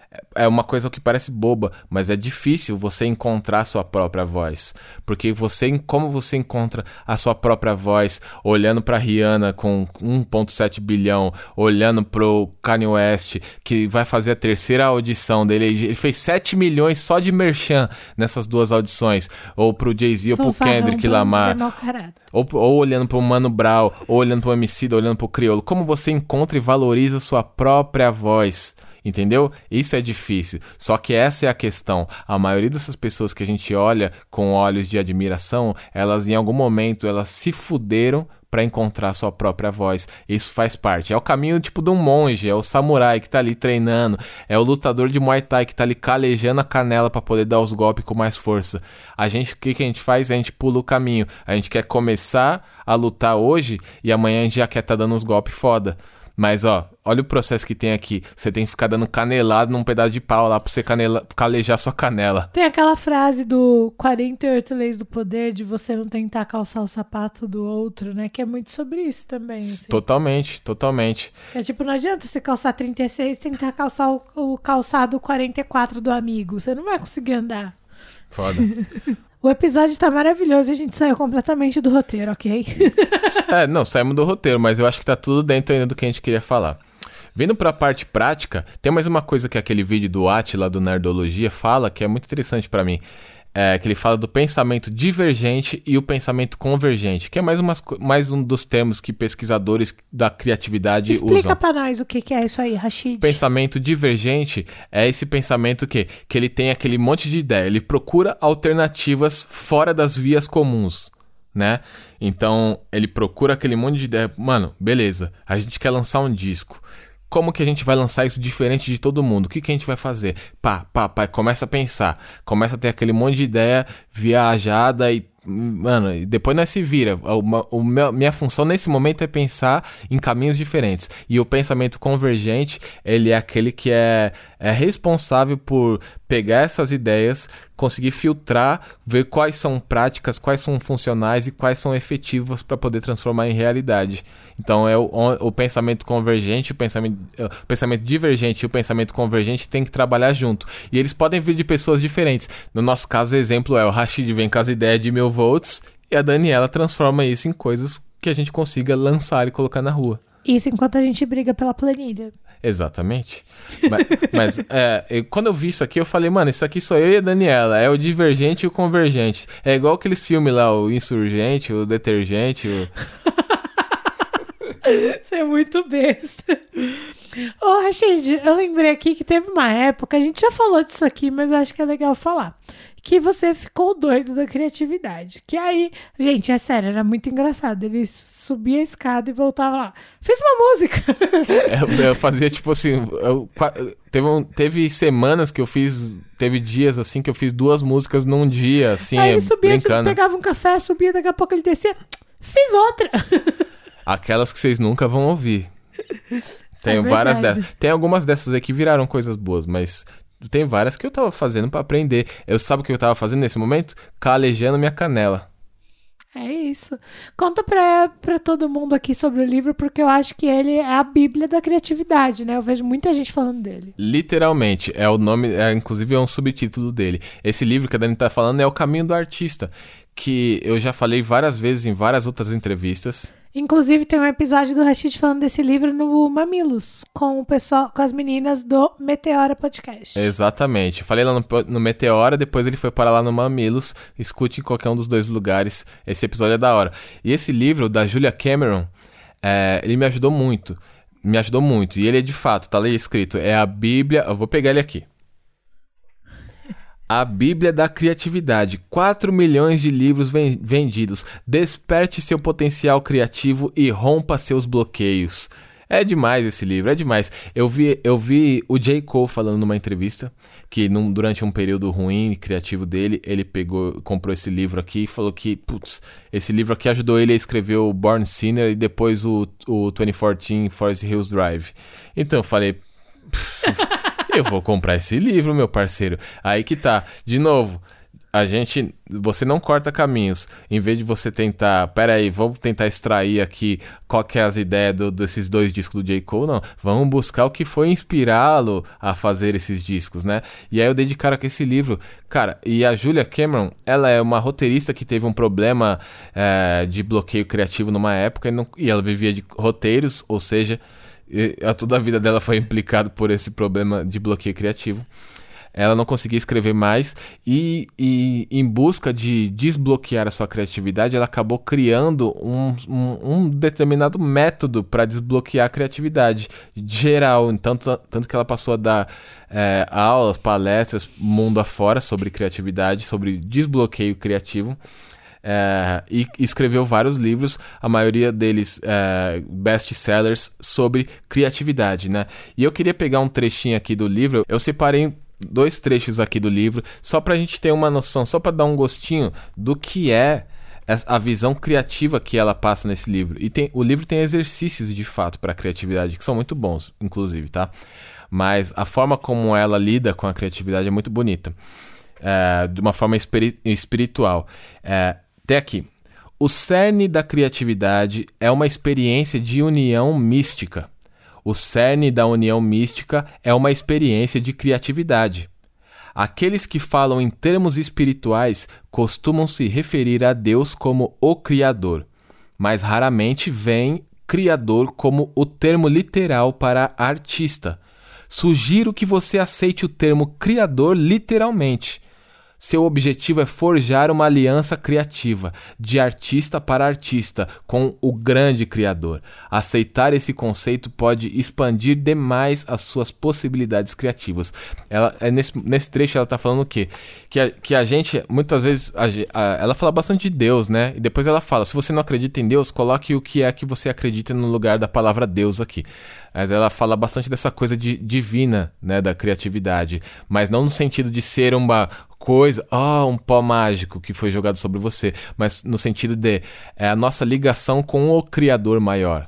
É uma coisa que parece boba, mas é difícil você encontrar a sua própria voz. Porque você, como você encontra a sua própria voz olhando pra Rihanna com um vírgula sete bilhão, olhando pro Kanye West, que vai fazer a terceira audição dele. Ele fez sete milhões só de merchan nessas duas audições. Ou pro Jay-Z, ou pro Fanfarrão, Kendrick pra não Lamar. dizer mau caráter. Ou, ou olhando pro Mano Brown, ou olhando pro Emicida, olhando pro Criolo. Como você encontra e valoriza a sua própria voz? Entendeu? Isso é difícil. Só que essa é a questão. A maioria dessas pessoas que a gente olha com olhos de admiração, elas em algum momento elas se fuderam para encontrar sua própria voz. Isso faz parte. É o caminho tipo de um monge, é o samurai que tá ali treinando, é o lutador de Muay Thai que tá ali calejando a canela para poder dar os golpes com mais força. A gente, o que, que a gente faz? A gente pula o caminho. A gente quer começar a lutar hoje e amanhã a gente já quer tá dando uns golpes foda. Mas, ó, olha o processo que tem aqui. Você tem que ficar dando canelada num pedaço de pau lá pra você canela, calejar sua canela. Tem aquela frase do quarenta e oito Leis do Poder, de você não tentar calçar o sapato do outro, né? Que é muito sobre isso também. Assim. Totalmente, totalmente. É tipo, não adianta você calçar trinta e seis e tentar calçar o, o calçado quarenta e quatro do amigo. Você não vai conseguir andar. Foda. O episódio tá maravilhoso e a gente saiu completamente do roteiro, ok? É, não, saímos do roteiro, mas eu acho que tá tudo dentro ainda do que a gente queria falar. Vindo pra parte prática, tem mais uma coisa que aquele vídeo do Átila, do Nerdologia, fala, que é muito interessante pra mim. É, que ele fala do pensamento divergente e o pensamento convergente, que é mais, umas, mais um dos termos que pesquisadores da criatividade Explica usam. pra nós o que, que é isso aí, Rashid. Pensamento divergente é esse pensamento que, que ele tem aquele monte de ideia, ele procura alternativas fora das vias comuns, né? Então, ele procura aquele monte de ideia, mano, beleza, a gente quer lançar um disco. Como que a gente vai lançar isso diferente de todo mundo? O que, que a gente vai fazer? Pá, pá, pá, começa a pensar. Começa a ter aquele monte de ideia viajada e, mano, e depois nós se vira. Uma, o meu, minha função nesse momento é pensar em caminhos diferentes. E o pensamento convergente, ele é aquele que é, é responsável por pegar essas ideias, conseguir filtrar, ver quais são práticas, quais são funcionais e quais são efetivas para poder transformar em realidade. Então é o, o pensamento convergente, o pensamento, o pensamento divergente e o pensamento convergente tem que trabalhar junto. E eles podem vir de pessoas diferentes. No nosso caso, o exemplo é o Rashid vem com as ideias de mil volts e a Daniela transforma isso em coisas que a gente consiga lançar e colocar na rua. Isso enquanto a gente briga pela planilha. Exatamente. Mas, mas é, eu, quando eu vi isso aqui, eu falei, mano, isso aqui sou eu e a Daniela. É o divergente e o convergente. É igual aqueles filmes lá, o Insurgente, o Detergente. O... Você é muito besta. Ô, Rashid, eu lembrei aqui que teve uma época, a gente já falou disso aqui, mas eu acho que é legal falar, que você ficou doido da criatividade. Que aí, gente, é sério, era muito engraçado. Ele subia a escada e voltava lá. Fiz uma música! eu, eu fazia tipo assim. Eu, teve, um, teve semanas que eu fiz. Teve dias assim que eu fiz duas músicas num dia, assim. Aí ele subia, brincando. Pegava um café, subia, daqui a pouco ele descia. Fiz outra! Aquelas que vocês nunca vão ouvir. Tem é várias dessas. Tem algumas dessas aí que viraram coisas boas, mas. Tem várias que eu tava fazendo pra aprender. Eu sabe o que eu tava fazendo nesse momento? Calejando minha canela. É isso. Conta pra, pra todo mundo aqui sobre o livro, porque eu acho que ele é a bíblia da criatividade, né? Eu vejo muita gente falando dele. Literalmente, é o nome, é, inclusive é um subtítulo dele. Esse livro que a Dani tá falando é O Caminho do Artista, que eu já falei várias vezes em várias outras entrevistas. Inclusive tem um episódio do Rashid falando desse livro no Mamilos, com o pessoal, com as meninas do Meteora Podcast. Exatamente. Falei lá no, no Meteora, depois ele foi para lá no Mamilos. Escute em qualquer um dos dois lugares. Esse episódio é da hora. E esse livro da Julia Cameron, é, ele me ajudou muito. Me ajudou muito. E ele é de fato, tá ali escrito, é a Bíblia. Eu vou pegar ele aqui. A Bíblia da Criatividade. quatro milhões de livros vendidos. Desperte seu potencial criativo e rompa seus bloqueios. É demais esse livro, é demais. Eu vi, eu vi o J. Cole falando numa entrevista que num, durante um período ruim criativo dele, ele pegou, comprou esse livro aqui e falou que, putz, esse livro aqui ajudou ele a escrever o Born Sinner e depois o, o vinte e quatorze Forest Hills Drive. Então eu falei... Eu vou comprar esse livro, meu parceiro. Aí que tá. De novo, a gente... Você não corta caminhos. Em vez de você tentar... Pera aí, vamos tentar extrair aqui qual que é as ideias do, desses dois discos do J. Cole. Não, vamos buscar o que foi inspirá-lo a fazer esses discos, né? E aí eu dei de cara com esse livro. Cara, e a Julia Cameron, ela é uma roteirista que teve um problema é, de bloqueio criativo numa época e, não, e ela vivia de roteiros, ou seja... E a toda a vida dela foi implicada por esse problema de bloqueio criativo. Ela não conseguia escrever mais e, e em busca de desbloquear a sua criatividade, ela acabou criando um, um, um determinado método para desbloquear a criatividade geral. Tanto, tanto que ela passou a dar é, aulas, palestras, mundo afora sobre criatividade, sobre desbloqueio criativo. É, e escreveu vários livros, a maioria deles é, best-sellers sobre criatividade, né? E eu queria pegar um trechinho aqui do livro. Eu separei dois trechos aqui do livro só pra gente ter uma noção, só pra dar um gostinho do que é a visão criativa que ela passa nesse livro. E tem, o livro tem exercícios de fato para criatividade que são muito bons, inclusive, tá? Mas a forma como ela lida com a criatividade é muito bonita, é, de uma forma espiri- espiritual. É, Até aqui. O cerne da criatividade é uma experiência de união mística. O cerne da união mística é uma experiência de criatividade. Aqueles que falam em termos espirituais costumam se referir a Deus como o Criador, mas raramente veem Criador como o termo literal para artista. Sugiro que você aceite o termo Criador literalmente. Seu objetivo é forjar uma aliança criativa, de artista para artista, com o grande Criador. Aceitar esse conceito pode expandir demais as suas possibilidades criativas. Ela, é nesse, nesse trecho ela está falando o quê? Que a, que a gente, muitas vezes, a, a, ela fala bastante de Deus, né? E depois ela fala, se você não acredita em Deus, coloque o que é que você acredita no lugar da palavra Deus aqui. Mas ela fala bastante dessa coisa de, divina, né, da criatividade, mas não no sentido de ser uma coisa, oh, um pó mágico que foi jogado sobre você, mas no sentido de é a nossa ligação com o Criador maior,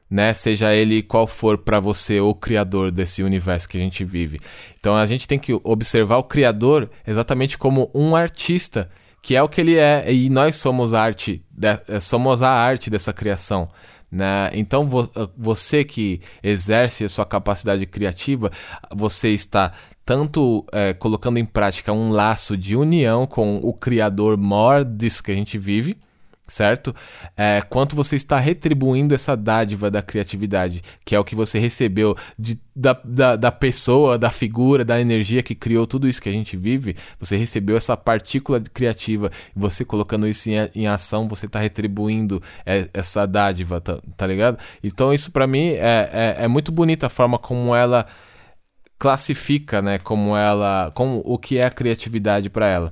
né? Seja ele qual for para você o criador desse universo que a gente vive. Então a gente tem que observar o criador exatamente como um artista, que é o que ele é, e nós somos a arte, somos a arte dessa criação, né? Então vo- você que exerce a sua capacidade criativa, você está tanto é, colocando em prática um laço de união com o criador maior disso que a gente vive, certo? É, quanto você está retribuindo essa dádiva da criatividade, que é o que você recebeu de, da, da, da pessoa, da figura, da energia que criou tudo isso que a gente vive. Você recebeu essa partícula criativa, e você colocando isso em, em ação, você está retribuindo é, essa dádiva, tá, tá ligado? Então isso pra mim é, é, é muito bonita a forma como ela classifica, né, como ela, como o que é a criatividade pra ela.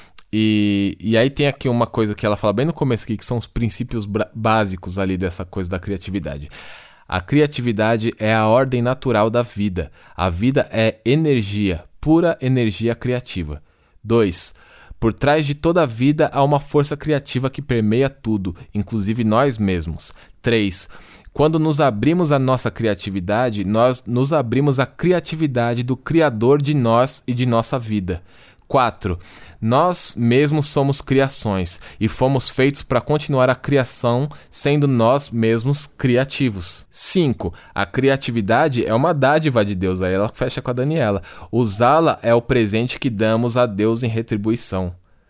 E, e aí tem aqui uma coisa que ela fala bem no começo aqui, que são os princípios bra- básicos ali dessa coisa da criatividade. A criatividade é a ordem natural da vida. A vida é energia, pura energia criativa. dois. Por trás de toda a vida há uma força criativa que permeia tudo, inclusive nós mesmos. três. Quando nos abrimos à nossa criatividade, nós nos abrimos à criatividade do Criador de nós e de nossa vida. quatro. Nós mesmos somos criações e fomos feitos para continuar a criação sendo nós mesmos criativos. cinco. A criatividade é uma dádiva de Deus. Aí ela fecha com a Daniela. Usá-la é o presente que damos a Deus em retribuição.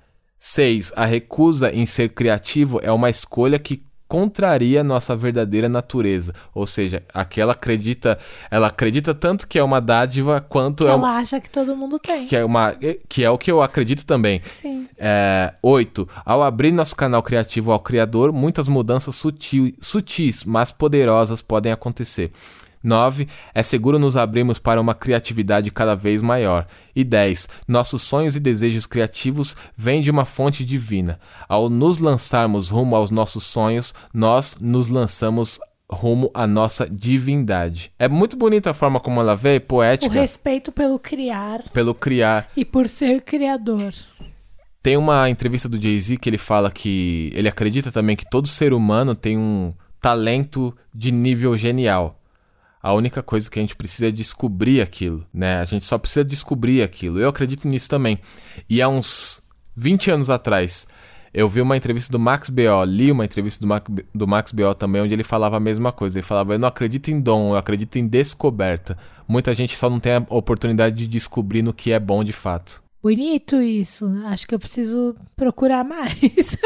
seis. A recusa em ser criativo é uma escolha que contraria nossa verdadeira natureza, ou seja, aquela acredita, ela acredita tanto que é uma dádiva quanto que é ela uma, acha que todo mundo tem. que é uma, que é o que eu acredito também. Sim. É, oito. Ao abrir nosso canal criativo ao Criador, muitas mudanças sutil, sutis, mas poderosas podem acontecer. nove. É seguro nos abrirmos para uma criatividade cada vez maior. E dez. Nossos sonhos e desejos criativos vêm de uma fonte divina. Ao nos lançarmos rumo aos nossos sonhos, nós nos lançamos rumo à nossa divindade. É muito bonita a forma como ela vê, poética. O respeito pelo criar. Pelo criar. E por ser criador. Tem uma entrevista do Jay-Z que ele fala que ele acredita também que todo ser humano tem um talento de nível genial. A única coisa que a gente precisa é descobrir aquilo, né? A gente só precisa descobrir aquilo. Eu acredito nisso também. E há uns vinte anos atrás, eu vi uma entrevista do Max B O, li uma entrevista do, Mac, do Max B O também, onde ele falava a mesma coisa. Ele falava, eu não acredito em dom, eu acredito em descoberta. Muita gente só não tem a oportunidade de descobrir no que é bom de fato. Bonito isso. Acho que eu preciso procurar mais.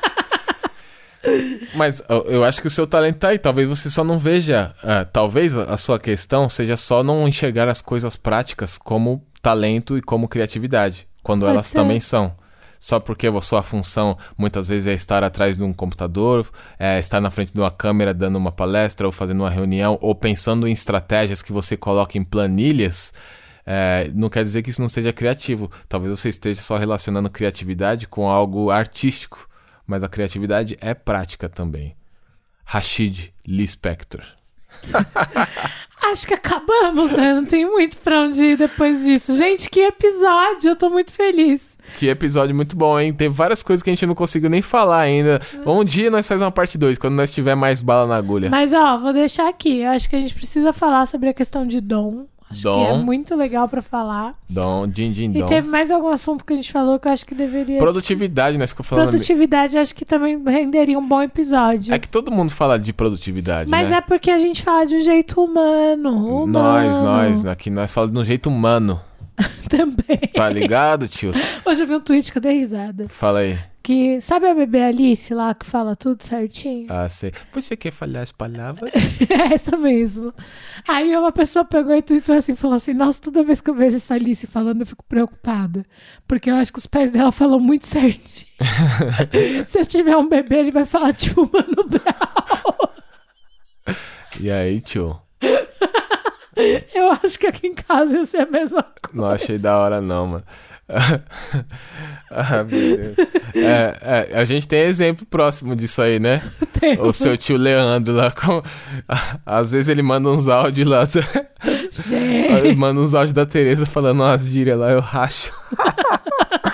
Mas eu acho que o seu talento tá aí. Talvez você só não veja... Uh, talvez a sua questão seja só não enxergar as coisas práticas como talento e como criatividade, quando Pode elas ser. também são. Só porque a sua função muitas vezes é estar atrás de um computador, é estar na frente de uma câmera dando uma palestra ou fazendo uma reunião, ou pensando em estratégias que você coloca em planilhas, é, não quer dizer que isso não seja criativo. Talvez você esteja só relacionando criatividade com algo artístico. Mas a criatividade é prática também. Rashid Lispector. Acho que acabamos, né? Não tem muito pra onde ir depois disso. Gente, que episódio! Eu tô muito feliz. Que episódio muito bom, hein? Tem várias coisas que a gente não conseguiu nem falar ainda. Um dia nós fazemos uma parte dois, quando nós tiver mais bala na agulha. Mas, ó, vou deixar aqui. Eu acho que a gente precisa falar sobre a questão de dom. Acho Dom. que é muito legal pra falar. Dom, din, din, E dom. teve mais algum assunto que a gente falou que eu acho que deveria... Produtividade, nós ficamos falando... Produtividade, eu acho que também renderia um bom episódio. É que todo mundo fala de produtividade, Mas né? é porque a gente fala de um jeito humano. humano. Nós, nós, aqui nós falamos de um jeito humano. Também. Tá ligado, tio? Hoje eu vi um tweet que eu dei risada. Fala aí. Que, sabe a bebê Alice lá que fala tudo certinho? Ah, sei. Você quer falhar as palavras? É essa mesmo. Aí uma pessoa pegou e tweetou assim, falou assim, nossa, toda vez que eu vejo essa Alice falando eu fico preocupada, porque eu acho que os pais dela falam muito certinho. Se eu tiver um bebê, ele vai falar tipo Mano Brown. E aí, tio? Eu acho que aqui em casa ia ser a mesma coisa. Não achei da hora não, mano. Ah, meu Deus. É, é, a gente tem exemplo próximo disso aí, né? Tem. O seu tio Leandro lá com... Às vezes ele manda uns áudios lá. Ele manda uns áudios da Tereza falando umas gírias lá, eu racho.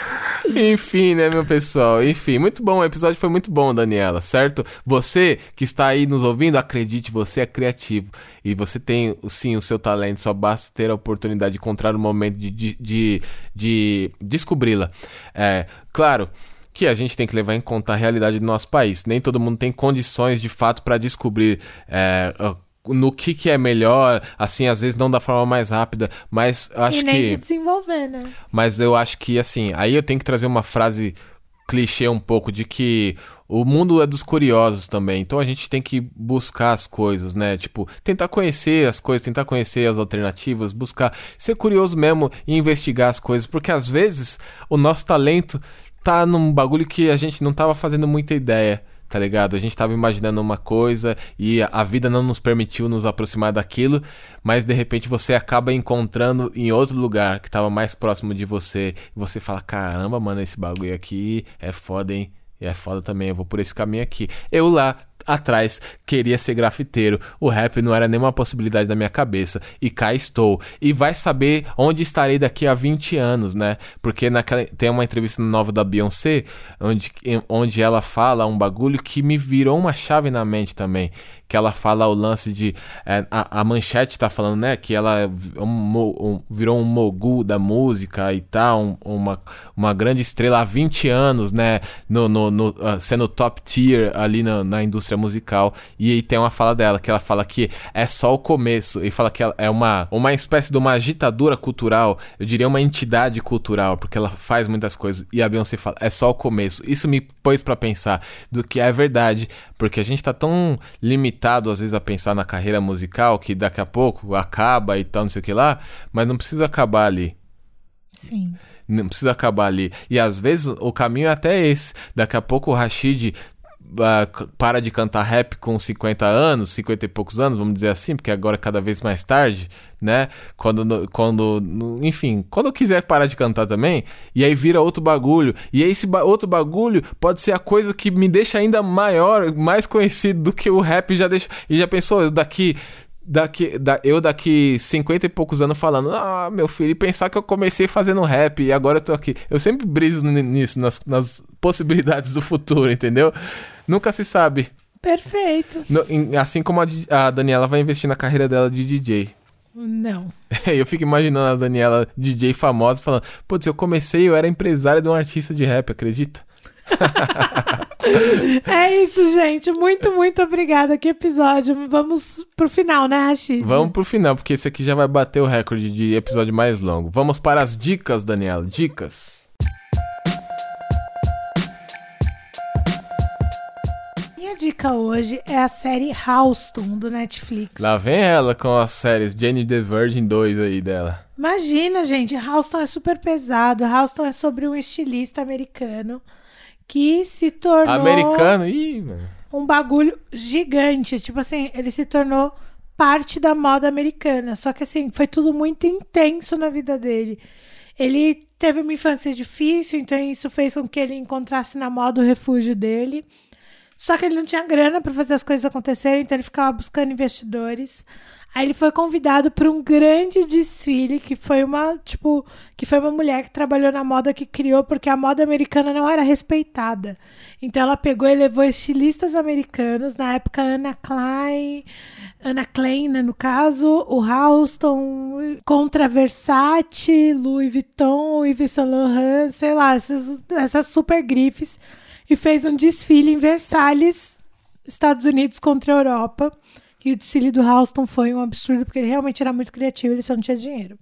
Enfim, né, meu pessoal? Enfim, muito bom. O episódio foi muito bom, Daniela, certo? Você que está aí nos ouvindo, acredite, você é criativo. E você tem, sim, o seu talento. Só basta ter a oportunidade de encontrar o momento de, de, de, de descobri-la. É, claro que a gente tem que levar em conta a realidade do nosso país. Nem todo mundo tem condições, de fato, para descobrir... É, no que que é melhor, assim, às vezes não da forma mais rápida, mas eu acho e nem que... de desenvolver, né? Mas eu acho que, assim, aí eu tenho que trazer uma frase clichê um pouco de que o mundo é dos curiosos também, então a gente tem que buscar as coisas, né? Tipo, tentar conhecer as coisas, tentar conhecer as alternativas, buscar ser curioso mesmo e investigar as coisas, porque às vezes o nosso talento tá num bagulho que a gente não tava fazendo muita ideia. Tá ligado? A gente tava imaginando uma coisa e a vida não nos permitiu nos aproximar daquilo, mas de repente você acaba encontrando em outro lugar que tava mais próximo de você e você fala, caramba, mano, esse bagulho aqui é foda, hein? E é foda também, eu vou por esse caminho aqui. Eu lá atrás queria ser grafiteiro, o rap não era nenhuma possibilidade da minha cabeça, e cá estou. E vai saber onde estarei daqui a vinte anos, né? Porque naquela, tem uma entrevista nova da Beyoncé, onde, onde ela fala um bagulho que me virou uma chave na mente também. Que ela fala o lance de... É, a, a Manchete tá falando, né? Que ela um, um, virou um mogul da música e tal. Um, uma, uma grande estrela há vinte anos, né? No, no, no, uh, sendo top tier ali na, na indústria musical. E aí tem uma fala dela, que ela fala que é só o começo. E fala que ela é uma, uma espécie de uma agitadora cultural. Eu diria uma entidade cultural. Porque ela faz muitas coisas. E a Beyoncé fala, é só o começo. Isso me pôs pra pensar do que é verdade. Porque a gente tá tão limitado, às vezes, a pensar na carreira musical, que daqui a pouco acaba e tal, não sei o que lá, mas não precisa acabar ali. Sim. Não precisa acabar ali. E às vezes o caminho é até esse. Daqui a pouco o Rashid uh, para de cantar rap com cinquenta anos, cinquenta e poucos anos, vamos dizer assim, porque agora é cada vez mais tarde, né? Quando, quando, enfim, quando eu quiser parar de cantar também, e aí vira outro bagulho. E aí esse ba- outro bagulho pode ser a coisa que me deixa ainda maior, mais conhecido do que o rap já deixa. E já pensou, eu daqui... Daqui, da, eu daqui cinquenta e poucos anos falando, ah, meu filho, e pensar que eu comecei fazendo rap e agora eu tô aqui. Eu sempre briso nisso, nas, nas possibilidades do futuro, entendeu? Nunca se sabe. Perfeito. No, em, assim como a, a Daniela vai investir na carreira dela de D J. Não. Eu fico imaginando a Daniela, D J famosa, falando, putz, eu comecei, eu era empresária de um artista de rap, acredita? É isso, gente. Muito, muito obrigada. Que episódio. Vamos pro final, né, Rashid? Vamos pro final, porque esse aqui já vai bater o recorde de episódio mais longo. Vamos para as dicas, Daniela. Dicas. Minha dica hoje é a série Houston, do Netflix. Lá vem ela com as séries Jane the Virgin dois aí dela. Imagina, gente. Houston é super pesado. Houston é sobre um estilista americano que se tornou... Americano? Ih, mano. Um bagulho gigante. Tipo assim, ele se tornou parte da moda americana. Só que assim, foi tudo muito intenso na vida dele. Ele teve uma infância difícil, então isso fez com que ele encontrasse na moda o refúgio dele. Só que ele não tinha grana para fazer as coisas acontecerem, então ele ficava buscando investidores. Aí ele foi convidado para um grande desfile, que foi uma, tipo, que foi uma mulher que trabalhou na moda, que criou, porque a moda americana não era respeitada. Então ela pegou e levou estilistas americanos, na época Anna Klein, Anna Klein, né, no caso, o Halston, contra Versace, Louis Vuitton, Yves Saint Laurent, sei lá, essas, essas super grifes, e fez um desfile em Versalhes, Estados Unidos contra a Europa. E o desfile do Halston foi um absurdo, porque ele realmente era muito criativo, ele só não tinha dinheiro.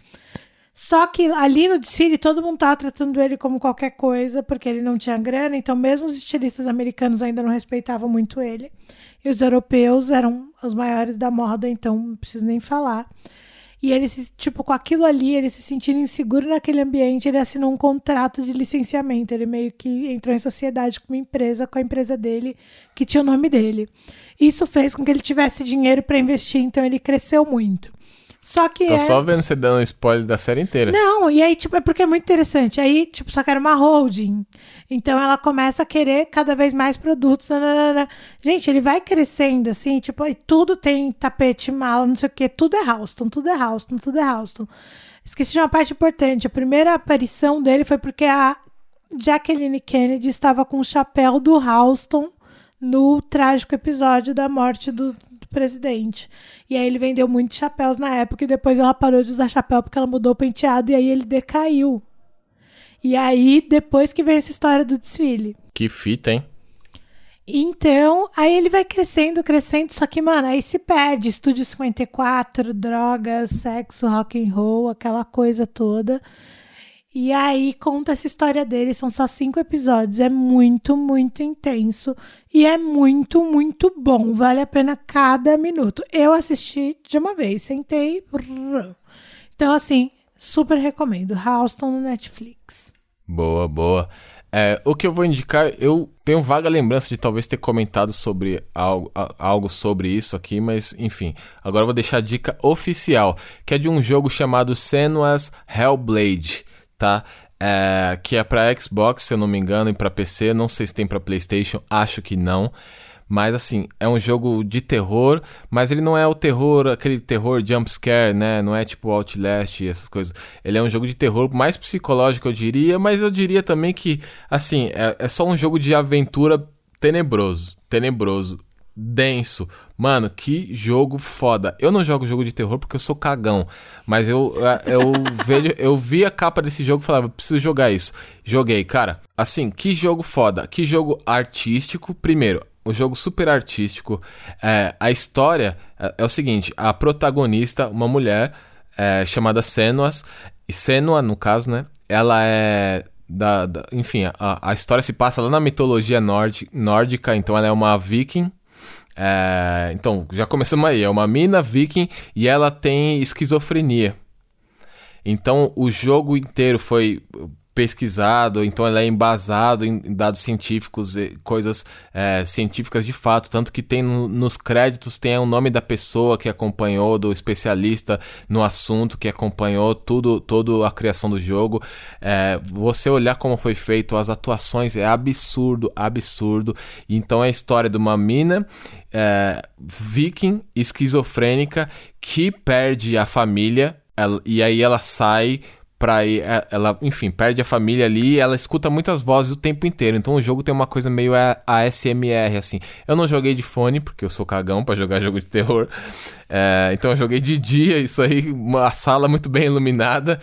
Só que ali no desfile, todo mundo estava tratando ele como qualquer coisa, porque ele não tinha grana, então mesmo os estilistas americanos ainda não respeitavam muito ele. E os europeus eram os maiores da moda, então não preciso nem falar. E ele, se, tipo, com aquilo ali, ele se sentindo inseguro naquele ambiente, ele assinou um contrato de licenciamento. Ele meio que entrou em sociedade com uma empresa, com a empresa dele, que tinha o nome dele. Isso fez com que ele tivesse dinheiro para investir, então ele cresceu muito. Só que Tô é... só vendo você dando spoiler da série inteira. Não, e aí, tipo, é porque é muito interessante. Aí, tipo, só que era uma holding. Então ela começa a querer cada vez mais produtos. Nananana. Gente, ele vai crescendo, assim, tipo, e tudo tem tapete, mala, não sei o quê. Tudo é Halston, tudo é Halston, tudo é Halston. Esqueci de uma parte importante. A primeira aparição dele foi porque a Jacqueline Kennedy estava com o chapéu do Halston no trágico episódio da morte do, do presidente. E aí ele vendeu muitos chapéus na época e depois ela parou de usar chapéu porque ela mudou o penteado e aí ele decaiu. E aí, depois que vem essa história do desfile. Que fita, hein? Então, aí ele vai crescendo, crescendo, só que, mano, aí se perde. Estúdio cinquenta e quatro, drogas, sexo, rock and roll, aquela coisa toda. E aí conta essa história dele, são só cinco episódios. É muito, muito intenso. E é muito, muito bom. Vale a pena cada minuto. Eu assisti de uma vez, sentei. Então, assim, super recomendo. Halston no Netflix. Boa, boa. É, o que eu vou indicar, eu tenho vaga lembrança de talvez ter comentado sobre algo, algo sobre isso aqui, mas enfim. Agora eu vou deixar a dica oficial, que é de um jogo chamado Senua's Hellblade, tá? É, que é pra Xbox, se eu não me engano, e pra P C. Não sei se tem pra PlayStation, acho que não. Mas assim, é um jogo de terror, mas ele não é o terror, aquele terror jumpscare, né? Não é tipo Outlast e essas coisas. Ele é um jogo de terror mais psicológico, eu diria, mas eu diria também que, assim, é, é só um jogo de aventura tenebroso, tenebroso, denso. Mano, que jogo foda. Eu não jogo jogo de terror porque eu sou cagão, mas eu, eu, vejo, eu vi a capa desse jogo e falava, preciso jogar isso. Joguei, cara. Assim, que jogo foda, que jogo artístico. Primeiro, um jogo super artístico. É, a história é, é o seguinte, a protagonista, uma mulher é, chamada Senuas, e Senua, no caso, né? Ela é... Da, da, enfim, a, a história se passa lá na mitologia nórdi, nórdica, então ela é uma viking. É, então, já começamos aí, é uma mina viking e ela tem esquizofrenia. Então, o jogo inteiro foi pesquisado, então ela é embasado em dados científicos, coisas é, científicas de fato, tanto que tem no, nos créditos tem o nome da pessoa que acompanhou, do especialista no assunto que acompanhou tudo, toda a criação do jogo. É, você olhar como foi feito, as atuações é absurdo, absurdo. Então é a história de uma mina é, viking, esquizofrênica, que perde a família, ela, e aí ela sai pra ir, ela, enfim, perde a família ali e ela escuta muitas vozes o tempo inteiro. Então o jogo tem uma coisa meio A S M R, assim. Eu não joguei de fone, porque eu sou cagão pra jogar jogo de terror. É, então eu joguei de dia, isso aí, uma sala muito bem iluminada.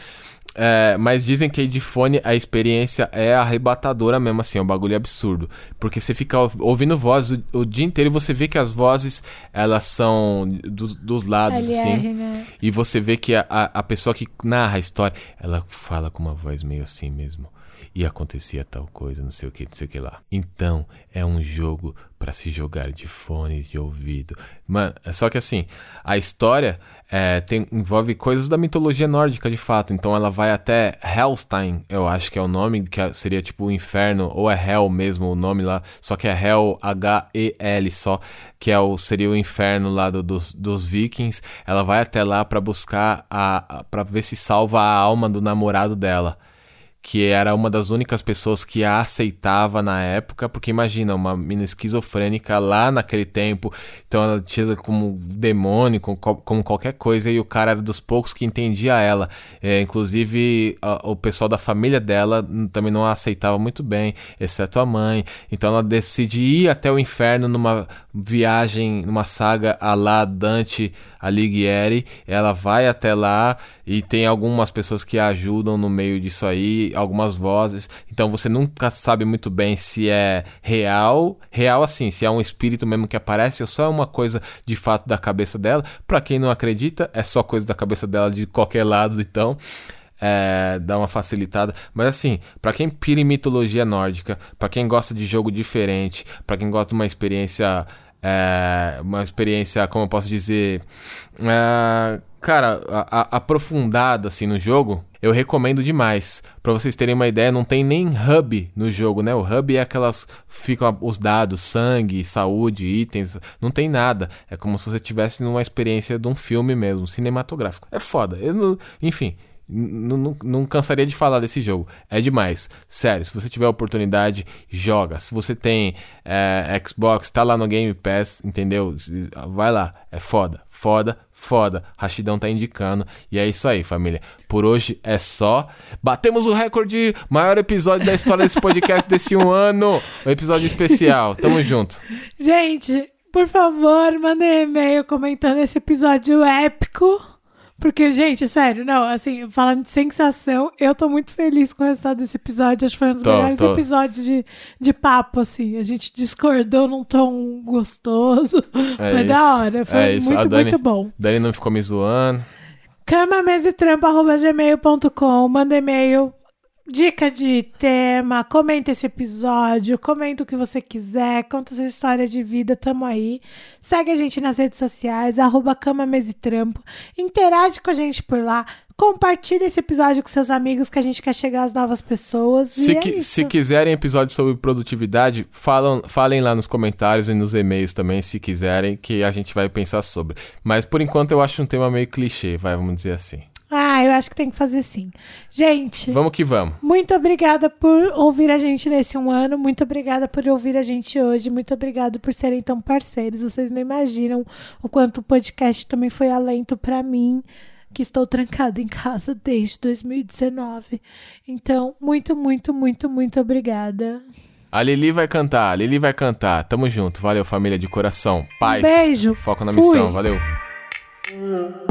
É, mas dizem que aí de fone a experiência é arrebatadora mesmo, assim, é um bagulho absurdo. Porque você fica ouvindo vozes o, o dia inteiro e você vê que as vozes, elas são do, dos lados, L R, assim. né? E você vê que a, a, a pessoa que narra a história, ela fala com uma voz meio assim mesmo. E acontecia tal coisa, não sei o que, não sei o que lá. Então, é um jogo pra se jogar de fones de ouvido. Mano, só que assim, a história é, tem, envolve coisas da mitologia nórdica, de fato. Então ela vai até Helstein, eu acho que é o nome, que seria tipo o inferno, ou é Hell mesmo o nome lá, só que é Hell, H E L só, que é o, seria o inferno lá do, dos, dos vikings. Ela vai até lá pra buscar, a, a, pra ver se salva a alma do namorado dela, que era uma das únicas pessoas que a aceitava na época, porque imagina, uma mina esquizofrênica lá naquele tempo, então ela tira como demônio, como, como qualquer coisa, e o cara era dos poucos que entendia ela. É, inclusive, a, o pessoal da família dela também não a aceitava muito bem, exceto a mãe. Então ela decide ir até o inferno numa viagem, numa saga à la Dante Alighieri. Ela vai até lá e tem algumas pessoas que a ajudam no meio disso aí, algumas vozes. Então você nunca sabe muito bem se é real, real assim, se é um espírito mesmo que aparece ou só é uma coisa de fato da cabeça dela. Pra quem não acredita, é só coisa da cabeça dela de qualquer lado, então é, dá uma facilitada. Mas assim, pra quem pira em mitologia nórdica, pra quem gosta de jogo diferente, pra quem gosta de uma experiência É, uma experiência, como eu posso dizer, é, cara, a, a, aprofundada assim no jogo, eu recomendo demais. Pra vocês terem uma ideia, não tem nem hub no jogo, né? O hub é aquelas, ficam os dados, sangue, saúde, itens, não tem nada. É como se você tivesse numa experiência de um filme mesmo, cinematográfico. É foda. Eu não, enfim, N- Não, não cansaria de falar desse jogo. É demais. Sério, se você tiver a oportunidade, joga. Se você tem é, Xbox, tá lá no Game Pass, entendeu? Vai lá. É foda, foda, foda. Rashidão tá indicando. E é isso aí, família. Por hoje é só. Batemos o recorde, maior episódio da história desse podcast desse um ano. O episódio especial. Tamo junto. Gente, por favor, mandem e-mail comentando esse episódio épico. Porque, gente, sério, não, assim, falando de sensação, eu tô muito feliz com o resultado desse episódio. Acho que foi um dos Tô, melhores tô. episódios de, de papo, assim. A gente discordou num tom gostoso. É foi isso, da hora, foi é isso. A muito, Dani- muito bom. Dani não ficou me zoando. cama mesa e trampo arroba gmail ponto com, manda e-mail, dica de tema, comenta esse episódio, comenta o que você quiser, conta sua história de vida, tamo aí. Segue a gente nas redes sociais, arroba cama mesa e trampo, interage com a gente por lá, compartilha esse episódio com seus amigos que a gente quer chegar às novas pessoas. Se, e é qui- isso. se quiserem episódios sobre produtividade, falam, falem lá nos comentários e nos e-mails também, se quiserem, que a gente vai pensar sobre. Mas por enquanto eu acho um tema meio clichê, vai, vamos dizer assim. Ah, eu acho que tem que fazer sim. Gente, Vamos que vamos. muito obrigada por ouvir a gente nesse um ano. Muito obrigada por ouvir a gente hoje. Muito obrigada por serem tão parceiros. Vocês não imaginam o quanto o podcast também foi alento pra mim, que estou trancada em casa desde dois mil e dezenove. Então, muito, muito, muito, muito obrigada. A Lili vai cantar, a Lili vai cantar. Tamo junto. Valeu, família de coração. Paz. beijo. Foco na Fui. missão. Valeu.